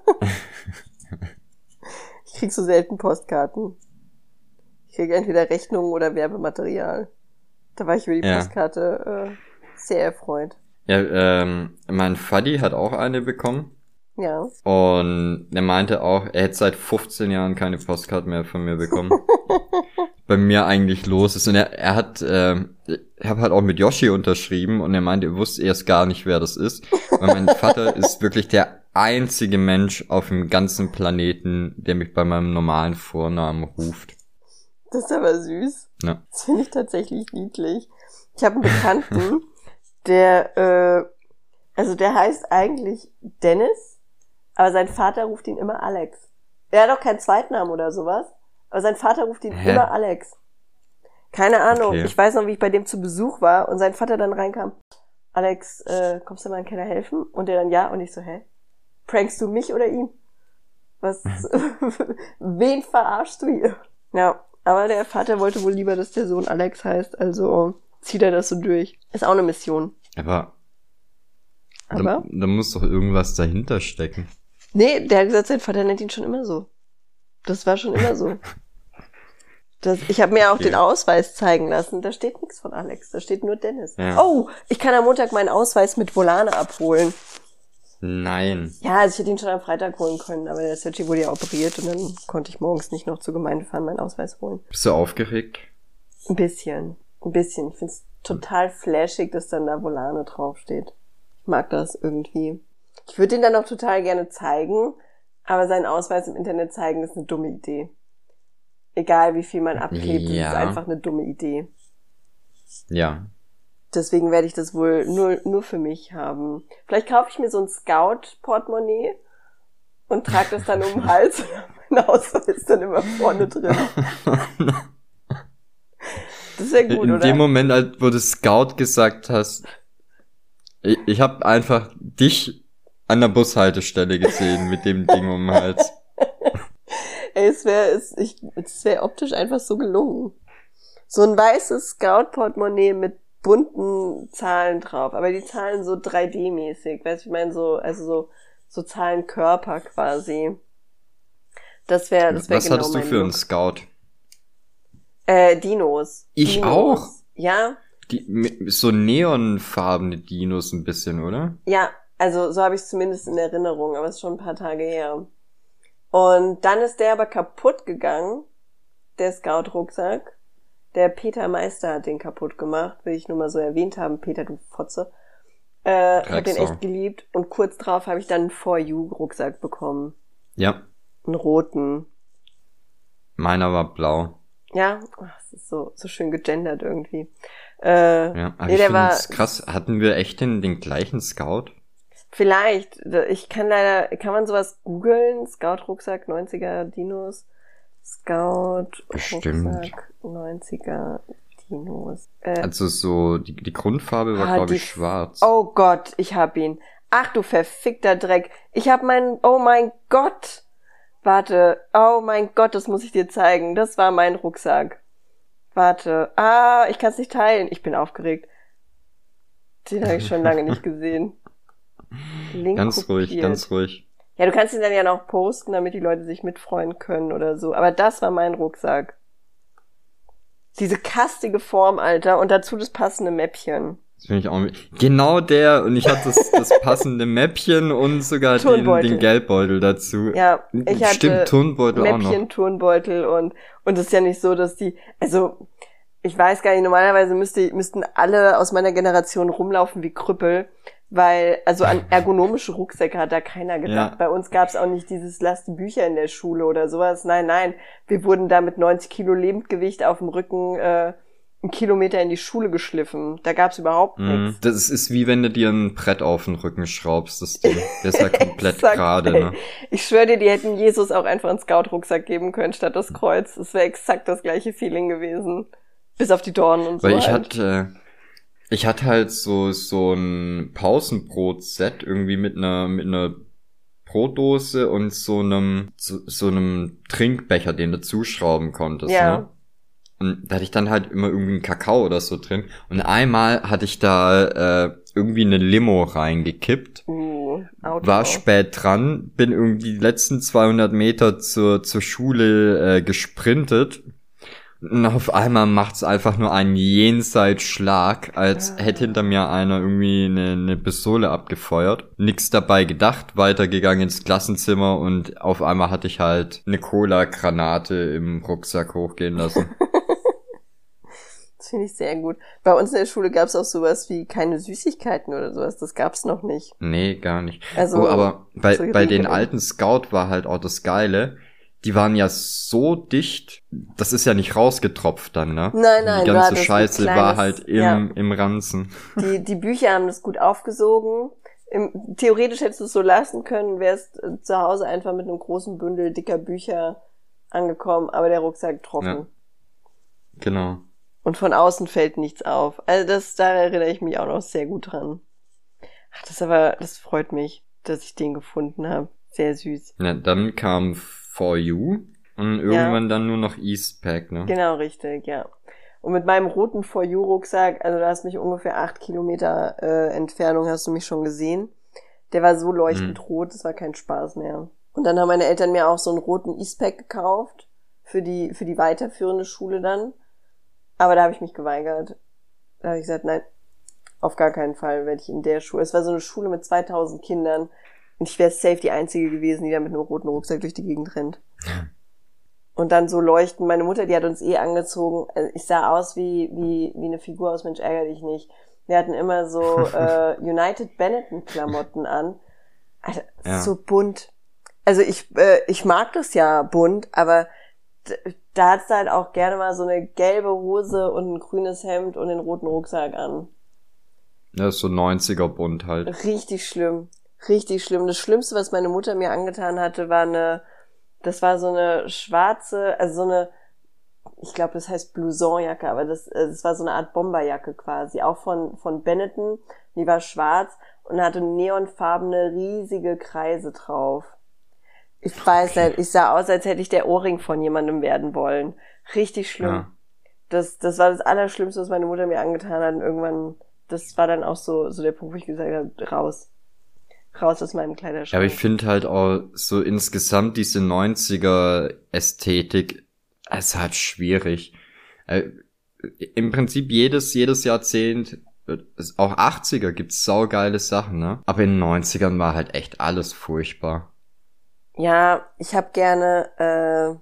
Ich krieg so selten Postkarten. Ich krieg entweder Rechnungen oder Werbematerial. Da war ich über die Ja. Postkarte äh, sehr erfreut. Ja, ähm, mein Vati hat auch eine bekommen. Ja. Und er meinte auch, er hätte seit fünfzehn Jahren keine Postkarte mehr von mir bekommen. Bei mir eigentlich los ist. Und er, er hat, ähm, ich habe halt auch mit Yoshi unterschrieben und er meinte, er wusste erst gar nicht, wer das ist. Weil mein Vater ist wirklich der einzige Mensch auf dem ganzen Planeten, der mich bei meinem normalen Vornamen ruft. Das ist aber süß. Ja. Das finde ich tatsächlich niedlich. Ich habe einen Bekannten, der, äh, also der heißt eigentlich Dennis, aber sein Vater ruft ihn immer Alex. Er hat auch keinen Zweitnamen oder sowas, aber sein Vater ruft ihn Hä? immer Alex. Keine Ahnung. Okay. Ich weiß noch, wie ich bei dem zu Besuch war und sein Vater dann reinkam. Alex, äh, kommst du mal in den Keller helfen? Und der dann ja und ich so, hä? Prankst du mich oder ihn? Was? Wen verarschst du hier? Ja, aber der Vater wollte wohl lieber, dass der Sohn Alex heißt, also zieht er das so durch. Ist auch eine Mission. Aber, Aber? da, da muss doch irgendwas dahinter stecken. Nee, der hat gesagt, sein Vater nennt ihn schon immer so. Das war schon immer so. Das, ich habe mir auch Okay. den Ausweis zeigen lassen. Da steht nichts von Alex. Da steht nur Dennis. Ja. Oh, ich kann am Montag meinen Ausweis mit Volane abholen. Nein. Ja, also ich hätte ihn schon am Freitag holen können, aber der Sergi wurde ja operiert und dann konnte ich morgens nicht noch zur Gemeinde fahren, meinen Ausweis holen. Bist du aufgeregt? Ein bisschen. Ein bisschen. Ich find's total flashig, dass dann da Volane draufsteht. Ich mag das irgendwie. Ich würde ihn dann auch total gerne zeigen, aber seinen Ausweis im Internet zeigen ist eine dumme Idee. Egal wie viel man abklebt, Ja. das ist einfach eine dumme Idee. Ja. Deswegen werde ich das wohl nur, nur für mich haben. Vielleicht kaufe ich mir so ein Scout-Portemonnaie und trage das dann um den Hals und mein Ausweis ist dann immer vorne drin. Das wäre gut, In oder? dem Moment, als wo du Scout gesagt hast, ich, ich habe einfach dich an der Bushaltestelle gesehen mit dem Ding um den Hals. Ey, es wäre es, ich, es wäre optisch einfach so gelungen. So ein weißes Scout-Portemonnaie mit bunten Zahlen drauf, aber die Zahlen so drei D-mäßig, weißt du, ich meine so, also so, so Zahlenkörper quasi. Das wäre, das wäre Was genau hattest du mein für einen Look. Scout? Äh, Dinos. Ich Dinos. auch. Ja, Die, mit- so neonfarbene Dinos ein bisschen, oder? ja, also so habe ich es zumindest in Erinnerung, aber es ist schon ein paar Tage her. Und dann ist der aber kaputt gegangen, der Scout-Rucksack. Der Peter Meister hat den kaputt gemacht, will ich nur mal so erwähnt haben. Peter, du Fotze. Äh, ich hab den Drecksau. echt geliebt. Und kurz drauf habe ich dann einen For You-Rucksack bekommen. Ja. Einen roten. Meiner war blau. Ja, ach, das ist so, so schön gegendert irgendwie. Äh, Ja, aber nee, ich der finde war, es krass. Hatten wir echt den, den gleichen Scout? vielleicht, ich kann leider, kann man sowas googeln? Scout-Rucksack, neunziger Dinos. Bestimmt. Scout-Rucksack, neunziger Dinos. Äh, Also so, die, die Grundfarbe war, Ah, glaube die- ich, schwarz. oh Gott, ich hab ihn. Ach du verfickter Dreck. Ich hab meinen, oh mein Gott. Warte, oh mein Gott, das muss ich dir zeigen. Das war mein Rucksack. Warte, ah, ich kann's nicht teilen. Ich bin aufgeregt. Den habe ich schon lange nicht gesehen. Link Ganz kopiert. ruhig, ganz ruhig. Ja, du kannst ihn dann ja noch posten, damit die Leute sich mitfreuen können oder so. Aber das war mein Rucksack. Diese kastige Form, Alter, und dazu das passende Mäppchen. Das finde ich auch mit. Genau der, und ich hatte das, das passende Mäppchen und sogar den, den Geldbeutel dazu. Ja, ich hatte Stimmt, Turnbeutel Mäppchen, auch noch. Turnbeutel und, und es ist ja nicht so, dass die, also, ich weiß gar nicht, normalerweise müsste, müssten alle aus meiner Generation rumlaufen wie Krüppel, weil, also an ergonomische Rucksäcke hat da keiner gedacht. Ja. Bei uns gab es auch nicht dieses Lass die Bücher in der Schule oder sowas. Nein, nein, wir wurden da mit neunzig Kilo Lebendgewicht auf dem Rücken äh, einen Kilometer in die Schule geschliffen. Da gab's überhaupt Mm, nichts. das ist wie wenn du dir ein Brett auf den Rücken schraubst. Das Ding. Der ist ja komplett Exakt, gerade, ey. ne? Ich schwöre dir, die hätten Jesus auch einfach einen Scout-Rucksack geben können statt das Kreuz. Es wäre exakt das gleiche Feeling gewesen. Bis auf die Dornen und so. Weil ich halt. hatte, ich hatte halt so, so ein Pausenbrot-Set irgendwie mit einer, mit einer Brotdose und so einem, so, so einem Trinkbecher, den du zuschrauben konntest, Ja. ne? Und da hatte ich dann halt immer irgendwie einen Kakao oder so drin. Und einmal hatte ich da äh, irgendwie eine Limo reingekippt. Uh, Auto. War spät dran, bin irgendwie die letzten zweihundert Meter zur, zur Schule äh, gesprintet. Und auf einmal macht's einfach nur einen Jenseitsschlag, als Ah. hätte hinter mir einer irgendwie eine, eine Pistole abgefeuert. Nix dabei gedacht, weitergegangen ins Klassenzimmer und auf einmal hatte ich halt eine Cola-Granate im Rucksack hochgehen lassen. Das finde ich sehr gut. Bei uns in der Schule gab's auch sowas wie keine Süßigkeiten oder sowas. Das gab's noch nicht. Nee, gar nicht. Also, oh, aber bei, so bei den Riegel. alten Scout war halt auch das Geile. Die waren ja so dicht, das ist ja nicht rausgetropft dann, ne? Nein, nein, Die du ganze hattest ein Scheiße war kleines- halt im, ja. im Ranzen. Die, die Bücher haben das gut aufgesogen. Im, theoretisch hättest du es so lassen können, wärst äh, zu Hause einfach mit einem großen Bündel dicker Bücher angekommen, aber der Rucksack trocken. Ja. Genau. Und von außen fällt nichts auf. Also das, da erinnere ich mich auch noch sehr gut dran. Ach, das aber, das freut mich, dass ich den gefunden habe. Sehr süß. Ja, dann kam For You und irgendwann dann nur noch Eastpak, ne? Genau, richtig, ja. Und mit meinem roten For You Rucksack, also du hast mich ungefähr acht Kilometer äh, Entfernung, hast du mich schon gesehen. Der war so leuchtend Mhm. rot, das war kein Spaß mehr. Und dann haben meine Eltern mir auch so einen roten Eastpak gekauft für die für die weiterführende Schule dann. Aber da habe ich mich geweigert. Da habe ich gesagt, nein, auf gar keinen Fall werde ich in der Schule. Es war so eine Schule mit zweitausend Kindern und ich wäre safe die Einzige gewesen, die da mit einem roten Rucksack durch die Gegend rennt. Und dann so leuchten. Meine Mutter, die hat uns eh angezogen. Also ich sah aus wie wie wie eine Figur aus Mensch, ärger dich nicht. Wir hatten immer so äh, United Benetton-Klamotten an. Also, Ja. so bunt. Also ich äh, ich mag das ja bunt, aber d- da hat's halt auch gerne mal so eine gelbe Hose und ein grünes Hemd und den roten Rucksack an. Das ist so neunziger bunt halt. Richtig schlimm. Richtig schlimm. Das Schlimmste, was meine Mutter mir angetan hatte, war eine, das war so eine schwarze, also so eine, ich glaube, das heißt Blousonjacke, aber das, äh, das war so eine Art Bomberjacke quasi, auch von, von Benetton. Die war schwarz und hatte neonfarbene, riesige Kreise drauf. Ich weiß nicht, ich sah aus, als hätte ich der Ohrring von jemandem werden wollen. Richtig schlimm. Ja. Das, das war das Allerschlimmste, was meine Mutter mir angetan hat. Und irgendwann, das war dann auch so, so der Punkt, wo ich gesagt habe, raus. Raus aus meinem Kleiderschrank. Ja, aber ich finde halt auch so insgesamt diese neunziger Ästhetik, es ist halt schwierig. Äh, Im Prinzip jedes, jedes Jahrzehnt, äh, auch achtziger gibt's saugeile Sachen, ne? Aber in den neunzigern war halt echt alles furchtbar. Ja, ich habe gerne äh,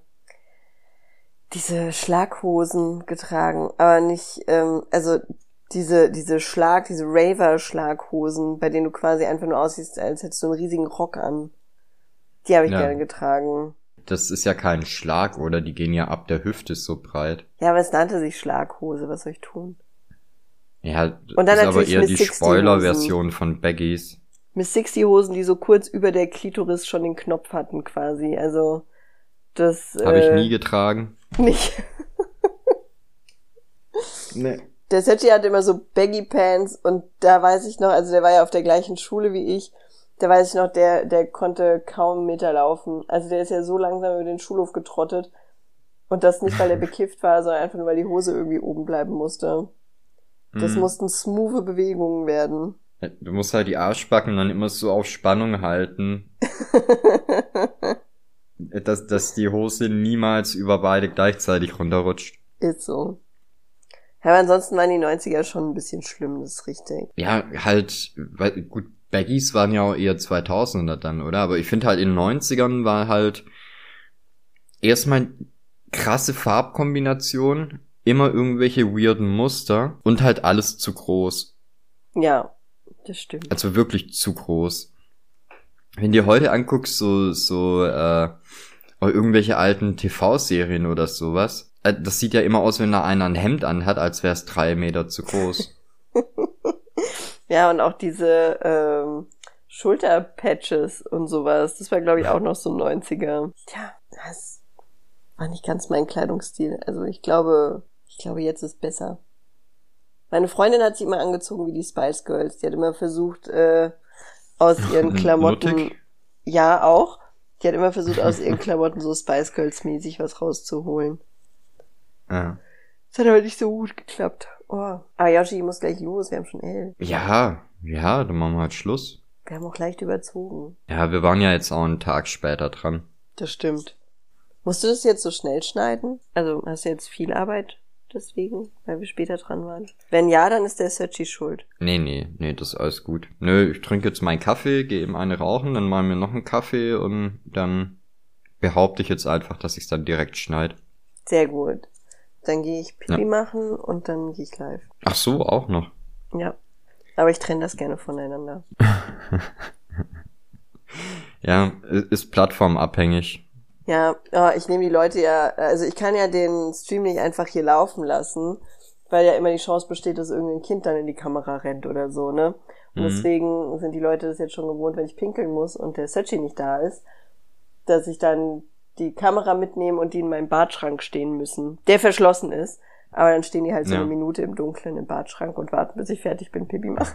diese Schlaghosen getragen, aber nicht, ähm, also diese diese Schlag, diese Raver-Schlaghosen, bei denen du quasi einfach nur aussiehst, als hättest du einen riesigen Rock an. Die habe ich Ja. gerne getragen. Das ist ja kein Schlag, oder? Die gehen ja ab der Hüfte so breit. Ja, aber es nannte sich Schlaghose, was soll ich tun? Ja, Und dann ist aber natürlich eher Miss die sechzig Spoiler-Version von Baggies. Miss sechzig Hosen, die so kurz über der Klitoris schon den Knopf hatten quasi. Also das Habe ich äh, nie getragen. nicht. Nee. Der Sergi hatte immer so Baggy Pants und da weiß ich noch, also der war ja auf der gleichen Schule wie ich, da weiß ich noch, der, der konnte kaum einen Meter laufen. Also der ist ja so langsam über den Schulhof getrottet. Und das nicht, weil er bekifft war, sondern einfach nur, weil die Hose irgendwie oben bleiben musste. Das mm. mussten smoothe Bewegungen werden. Du musst halt die Arschbacken dann immer so auf Spannung halten. dass, dass die Hose niemals über beide gleichzeitig runterrutscht. Ist so. Ja, aber ansonsten waren die neunziger schon ein bisschen schlimm, das ist richtig. Ja, halt, weil, gut, Baggies waren ja auch eher zweitausender dann, oder? Aber ich finde halt in den neunzigern war halt erstmal krasse Farbkombination, immer irgendwelche weirden Muster und halt alles zu groß. Ja, das stimmt. Also wirklich zu groß. Wenn du dir heute anguckst, so, so, äh, irgendwelche alten T V-Serien oder sowas, äh, das sieht ja immer aus, wenn da einer ein Hemd anhat, als wäre es drei Meter zu groß. Ja, und auch diese ähm, Schulterpatches und sowas, das war, glaube ich, auch noch so neunziger. Tja, das war nicht ganz mein Kleidungsstil. Also ich glaube, ich glaube, jetzt ist besser. Meine Freundin hat sich immer angezogen wie die Spice Girls. Die hat immer versucht, äh, aus ihren Klamotten... Nuttig? Ja, auch. Die hat immer versucht, aus ihren Klamotten so Spice Girls-mäßig was rauszuholen. Ja. Das hat aber nicht so gut geklappt. Oh. Aber Yoshi, ich muss gleich los, wir haben schon elf. Ja, ja, dann machen wir halt Schluss. Wir haben auch leicht überzogen. Ja, wir waren ja jetzt auch einen Tag später dran. Das stimmt. Musst du das jetzt so schnell schneiden? Also hast du jetzt viel Arbeit deswegen, weil wir später dran waren? Wenn ja, dann ist der Sergi schuld. Nee, nee, nee, das ist alles gut. Nö, ich trinke jetzt meinen Kaffee, gehe eben eine rauchen, dann machen wir noch einen Kaffee und dann behaupte ich jetzt einfach, dass ich es dann direkt schneide. Sehr gut. Dann gehe ich Pipi Ja. machen und dann gehe ich live. Ach so, auch noch. Ja. Aber ich trenne das gerne voneinander. Ja, ist plattformabhängig. Ja, oh, ich nehme die Leute ja, also ich kann ja den Stream nicht einfach hier laufen lassen, weil ja immer die Chance besteht, dass irgendein Kind dann in die Kamera rennt oder so, ne? Und Mhm. deswegen sind die Leute das jetzt schon gewohnt, wenn ich pinkeln muss und der Sergi nicht da ist, dass ich dann die Kamera mitnehme und die in meinem Badschrank stehen müssen, der verschlossen ist. Aber dann stehen die halt so Ja. eine Minute im Dunkeln im Badschrank und warten, bis ich fertig bin, Pipi machen.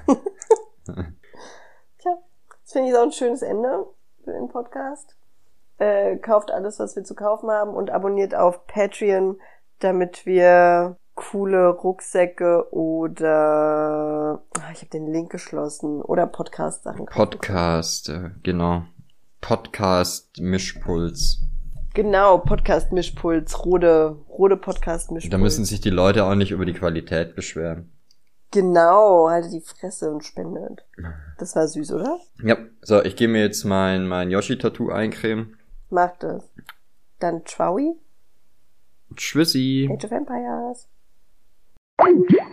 Tja, das finde ich auch ein schönes Ende für den Podcast. Äh, kauft alles, was wir zu kaufen haben und abonniert auf Patreon, damit wir coole Rucksäcke oder ah, ich habe den Link geschlossen oder Podcast-Sachen kaufen. Podcast, äh, genau. Podcast-Mischpuls. Genau, Podcast-Mischpuls, Rode, Rode Podcast-Mischpuls. Da müssen sich die Leute auch nicht über die Qualität beschweren. Genau, halte die Fresse und spendet. Das war süß, oder? Ja, so, ich gehe mir jetzt mein, mein Yoshi-Tattoo eincremen. Mach das. Dann Tschaui, Tschüssi. Age of Empires.